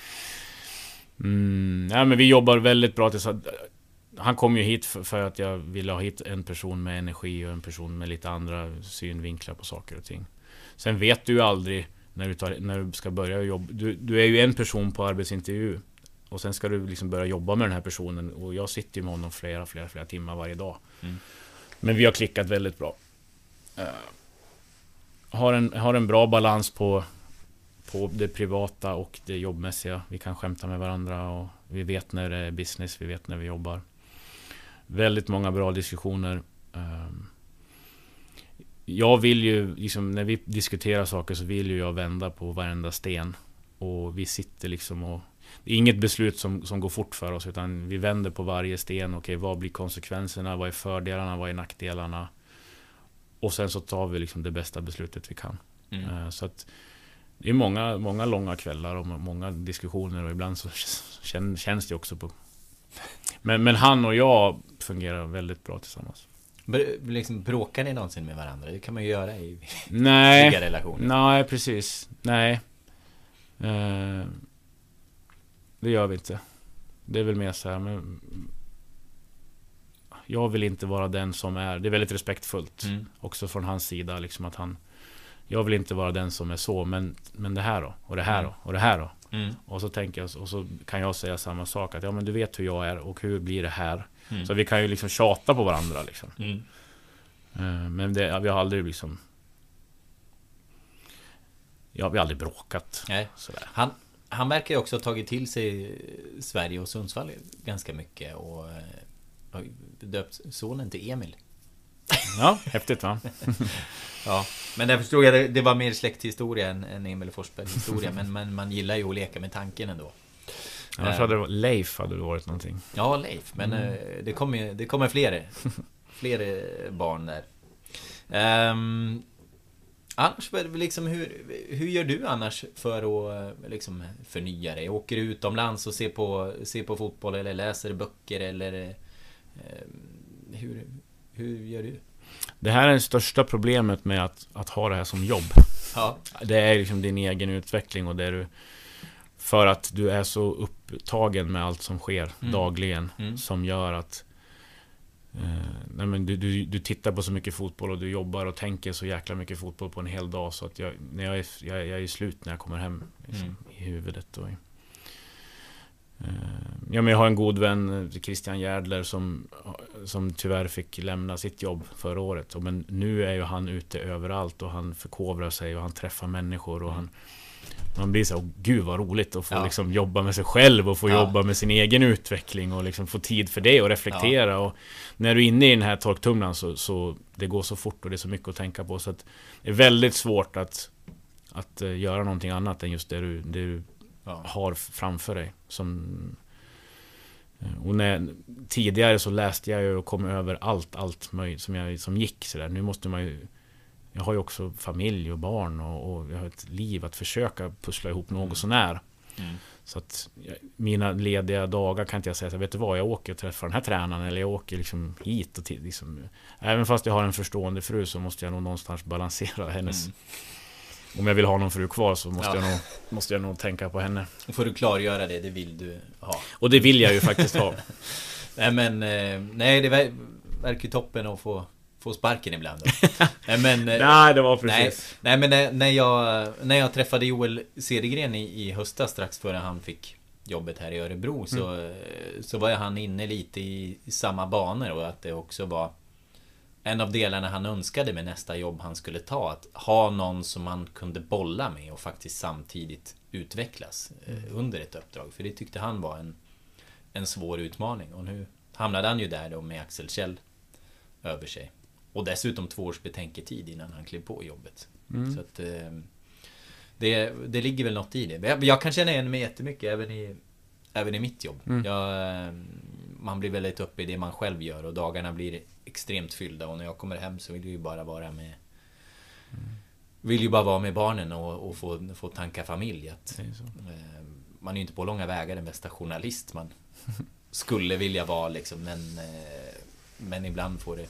Mm, ja, men vi jobbar väldigt bra tillsammans. Han kom ju hit för, för att jag ville ha hit en person med energi och en person med lite andra synvinklar på saker och ting. Sen vet du ju aldrig när du, tar, när du ska börja jobba. Du, du är ju en person på arbetsintervju och sen ska du liksom börja jobba med den här personen och jag sitter ju med honom flera, flera, flera timmar varje dag. Mm. Men vi har klickat väldigt bra. Uh, har, en, har en bra balans på på det privata och det jobbmässiga. Vi kan skämta med varandra och vi vet när det är business, vi vet när vi jobbar. Väldigt många bra diskussioner. Jag vill ju, liksom, när vi diskuterar saker så vill ju jag vända på varenda sten. Och vi sitter liksom och det är inget beslut som, som går fort för oss utan vi vänder på varje sten. Okej, vad blir konsekvenserna? Vad är fördelarna? Vad är nackdelarna? Och sen så tar vi liksom det bästa beslutet vi kan. Mm. Så att det är många, många långa kvällar och många diskussioner och ibland så känns, känns det också på. Men, men han och jag fungerar väldigt bra tillsammans.
Liksom, bråkar ni någonsin med varandra? Det kan man ju göra i
nej,
relationer.
Nej, precis. Nej. Eh, det gör vi inte. Det är väl mer så här, men jag vill inte vara den som är, det är väldigt respektfullt mm. också från hans sida liksom att han jag vill inte vara den som är så, men, men det här då, och det här då, och det här då. Mm. Och så tänker jag, och så kan jag säga samma sak, att ja men du vet hur jag är och hur blir det här. Mm. Så vi kan ju liksom tjata på varandra liksom. Mm. Uh, men det, vi har aldrig liksom ja, vi har aldrig bråkat.
Nej. Sådär. Han, han verkar ju också ha tagit till sig Sverige och Sundsvall ganska mycket och uh, döpt sonen till Emil.
Ja, häftigt va?
Ja, men där förstod jag det, det var mer släkthistoria än, än Emil Forsberg historia, men man, man gillar ju att leka med tanken ändå.
Annars uh, hade det, Leif hade det varit någonting.
Ja, Leif, men mm. uh, det kommer det kommer fler fler barn där. Um, annars liksom hur hur gör du annars för att liksom förnya dig? Åker du utomlands och ser på ser på fotboll eller läser böcker eller uh, hur hur gör du?
Det här är det största problemet med att, att ha det här som jobb.
Ja.
Det är liksom din egen utveckling och det är du, för att du är så upptagen med allt som sker mm. dagligen mm. som gör att eh, nej men du, du, du tittar på så mycket fotboll och du jobbar och tänker så jäkla mycket fotboll på en hel dag så att jag, när jag, är, jag, jag är slut när jag kommer hem liksom, mm. i huvudet och i, Ja, men jag har en god vän, Christian Järdler, som, som tyvärr fick lämna sitt jobb förra året. Men nu är ju han ute överallt och han förkovrar sig och han träffar människor och han, man blir så, oh, gud vad roligt att få ja. liksom jobba med sig själv och få ja. jobba med sin egen utveckling och liksom få tid för det och reflektera. Ja. Och när du är inne i den här torktumlaren så, så det går så fort och det är så mycket att tänka på så att det är väldigt svårt att, att göra någonting annat än just det du, det du ja. har framför dig som, och när, tidigare så läste jag ju och kom över allt allt möjligt som, jag, som gick så där. Nu måste man ju, jag har ju också familj och barn och, och jag har ett liv att försöka pussla ihop något mm. så när mm. så att jag, mina lediga dagar kan inte jag säga så vet du vad, jag åker och träffar den här tränaren eller jag åker liksom hit och till, liksom, även fast jag har en förstående fru så måste jag nog någonstans balansera hennes mm. om jag vill ha någon fru kvar så måste, ja. jag nog, måste jag nog tänka på henne.
Får du klargöra det, det vill du ha.
Och det vill jag ju faktiskt ha.
Nej men, nej det ver- verkar toppen att få, få sparken ibland då. nej, men,
nej det var precis.
Nej, nej men när, när, jag, när jag träffade Joel Cedergren i, i höstas strax före han fick jobbet här i Örebro så, mm. så var han inne lite i, i samma banor och att det också var en av delarna han önskade med nästa jobb han skulle ta, att ha någon som man kunde bolla med och faktiskt samtidigt utvecklas mm. under ett uppdrag. För det tyckte han var en, en svår utmaning. Och nu hamnade han ju där då med Axel Kjell över sig. Och dessutom två års betänketid innan han klev på jobbet. Mm. Så att det, det ligger väl något i det. Jag, jag kan känna igen mig jättemycket även i, även i mitt jobb. Mm. Jag, man blir väldigt uppe i det man själv gör och dagarna blir extremt fyllda och när jag kommer hem så vill jag ju bara vara med mm. vill ju bara vara med barnen och, och få, få tanka familj att, är eh, man är ju inte på långa vägar den bästa journalist man skulle vilja vara liksom, men, eh, men ibland får det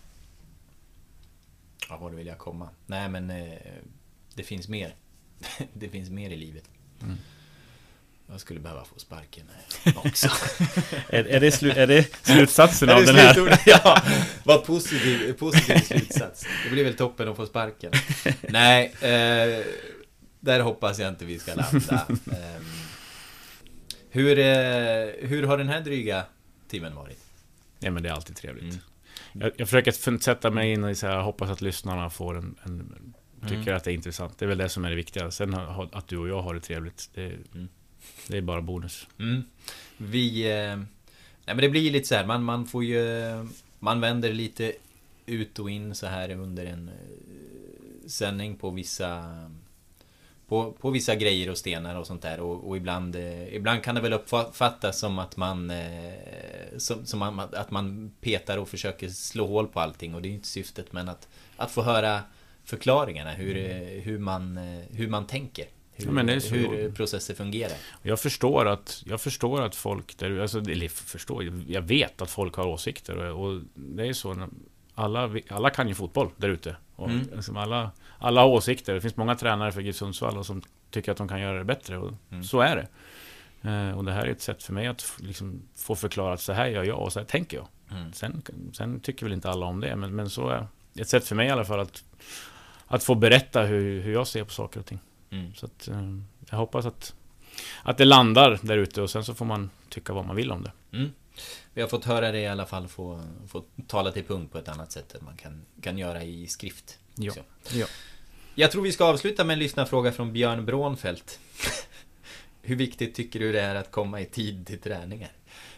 ja, var vill jag komma? Nej men eh, det finns mer det finns mer i livet mm. Jag skulle behöva få sparken också.
är, är, det slu, är det slutsatsen av den här?
Ja, vad positiv, positiv slutsats. Det blir väl toppen att få sparken. Nej, eh, där hoppas jag inte vi ska landa. Eh, hur, eh, hur har den här dryga timmen varit?
Ja, men det är alltid trevligt. Mm. Jag, jag försöker sätta mig in och så här, hoppas att lyssnarna får en, en tycker mm. att det är intressant. Det är väl det som är det viktiga. Sen att du och jag har det trevligt, det är... Mm. Det är bara bonus.
Mm. Vi eh, nej men det blir lite så här, man man får ju man vänder lite ut och in så här under en eh, sändning på vissa på på vissa grejer och stenar och sånt där och, och ibland eh, ibland kan det väl uppfattas som att man eh, som som man, att man petar och försöker slå hål på allting och det är ju inte syftet, men att att få höra förklaringarna hur mm. hur man hur man tänker. Hur, ja, men det är så, hur processer fungerar.
Jag förstår att jag förstår att folk där, alltså, eller förstår, jag vet att folk har åsikter och, och det är så, alla, alla kan ju fotboll där ute och mm. liksom alla, alla har åsikter. Det finns många tränare för GIF Sundsvall och som tycker att de kan göra det bättre och mm. så är det. Eh, och det här är ett sätt för mig att liksom få förklara att så här gör jag och så här tänker jag. Mm. Sen, sen tycker väl inte alla om det, men, men så är det ett sätt för mig i alla fall att, att få berätta hur, hur jag ser på saker och ting. Mm. Så att, eh, jag hoppas att, att det landar där ute och sen så får man tycka vad man vill om det.
Mm. Vi har fått höra det i alla fall, få, få tala till punkt på ett annat sätt än man kan, kan göra i skrift.
Ja. Ja.
Jag tror vi ska avsluta med en lyssnarfråga från Björn Brånfält. Hur viktigt tycker du det är att komma i tid till träningar?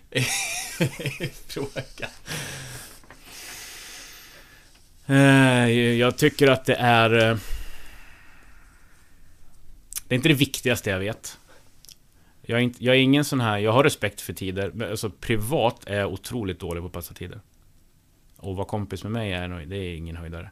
Fråga.
Eh, jag tycker att det är... Eh, det är inte det viktigaste jag vet. Jag är, inte, jag är ingen sån här... Jag har respekt för tider. Men alltså, privat är jag otroligt dålig på att passa tider. Och vara kompis med mig är det är ingen höjdare.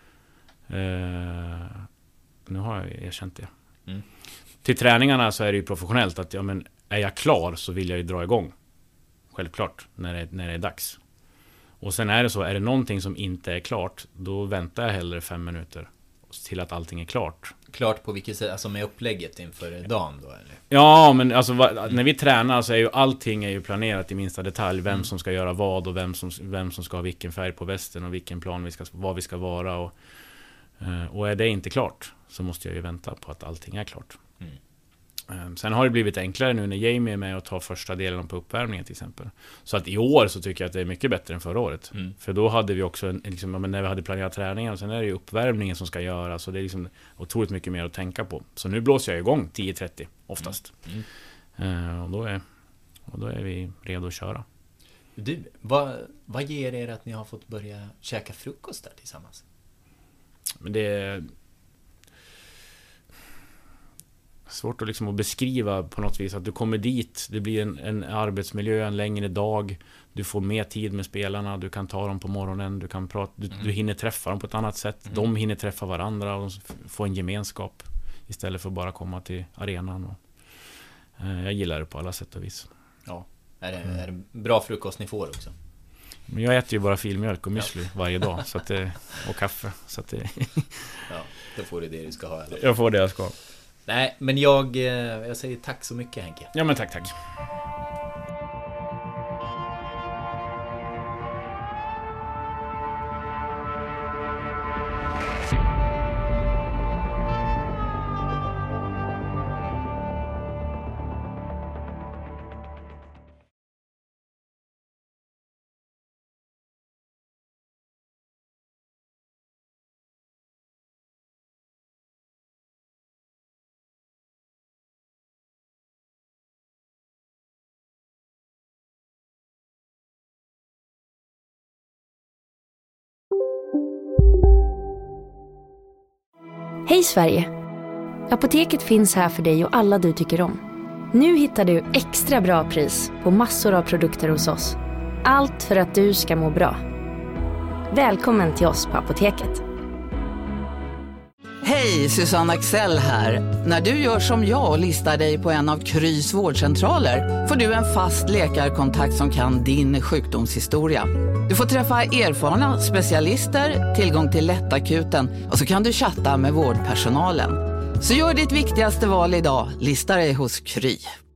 Uh, nu har jag erkänt det. Mm. Till träningarna så är det ju professionellt att ja, men är jag klar så vill jag ju dra igång. Självklart, när det, när det är dags. Och sen är det så, är det någonting som inte är klart, då väntar jag hellre fem minuter till att allting är klart.
Klart på vilket sätt, alltså med upplägget inför dagen då eller?
Ja, men alltså va, när vi tränar så är ju allting är ju planerat i minsta detalj. Vem mm. som ska göra vad och vem som, vem som ska ha vilken färg på västen och vilken plan vi ska, vad vi ska vara. Och, och är det inte klart så måste jag ju vänta på att allting är klart. Mm. Sen har det blivit enklare nu när Jamie är med och tar första delen på uppvärmningen till exempel. Så att i år så tycker jag att det är mycket bättre än förra året. Mm. För då hade vi också, en, liksom, när vi hade planerat träningen, och sen är det ju uppvärmningen som ska göras. Så det är liksom otroligt mycket mer att tänka på. Så nu blåser jag igång tio trettio oftast. Mm. Mm. Uh, och, då är, och då är vi redo att köra.
Du, vad, vad ger er att ni har fått börja käka frukost där tillsammans?
Men det är svårt att, liksom att beskriva på något vis att du kommer dit, det blir en, en arbetsmiljö, en längre dag, du får mer tid med spelarna, du kan ta dem på morgonen, du kan prata, du, mm. du hinner träffa dem på ett annat sätt, mm. de hinner träffa varandra och få en gemenskap istället för att bara komma till arenan. Och, eh, jag gillar det på alla sätt och vis.
Ja, är det, är det bra frukost ni får också?
Men jag äter ju bara filmjölk och müsli ja. varje dag så att det, och kaffe så att det,
ja, då får du det du ska ha. Eller?
Jag får det jag ska.
Nej, men jag, jag säger tack så mycket, Henke.
Ja, men tack, tack.
Hej Sverige! Apoteket finns här för dig och alla du tycker om. Nu hittar du extra bra pris på massor av produkter hos oss. Allt för att du ska må bra. Välkommen till oss på Apoteket.
Hej, Susanne Axel här. När du gör som jag och listar dig på en av Krys vårdcentraler får du en fast läkarkontakt som kan din sjukdomshistoria. Du får träffa erfarna specialister, tillgång till lättakuten och så kan du chatta med vårdpersonalen. Så gör ditt viktigaste val idag, lista dig hos Kry.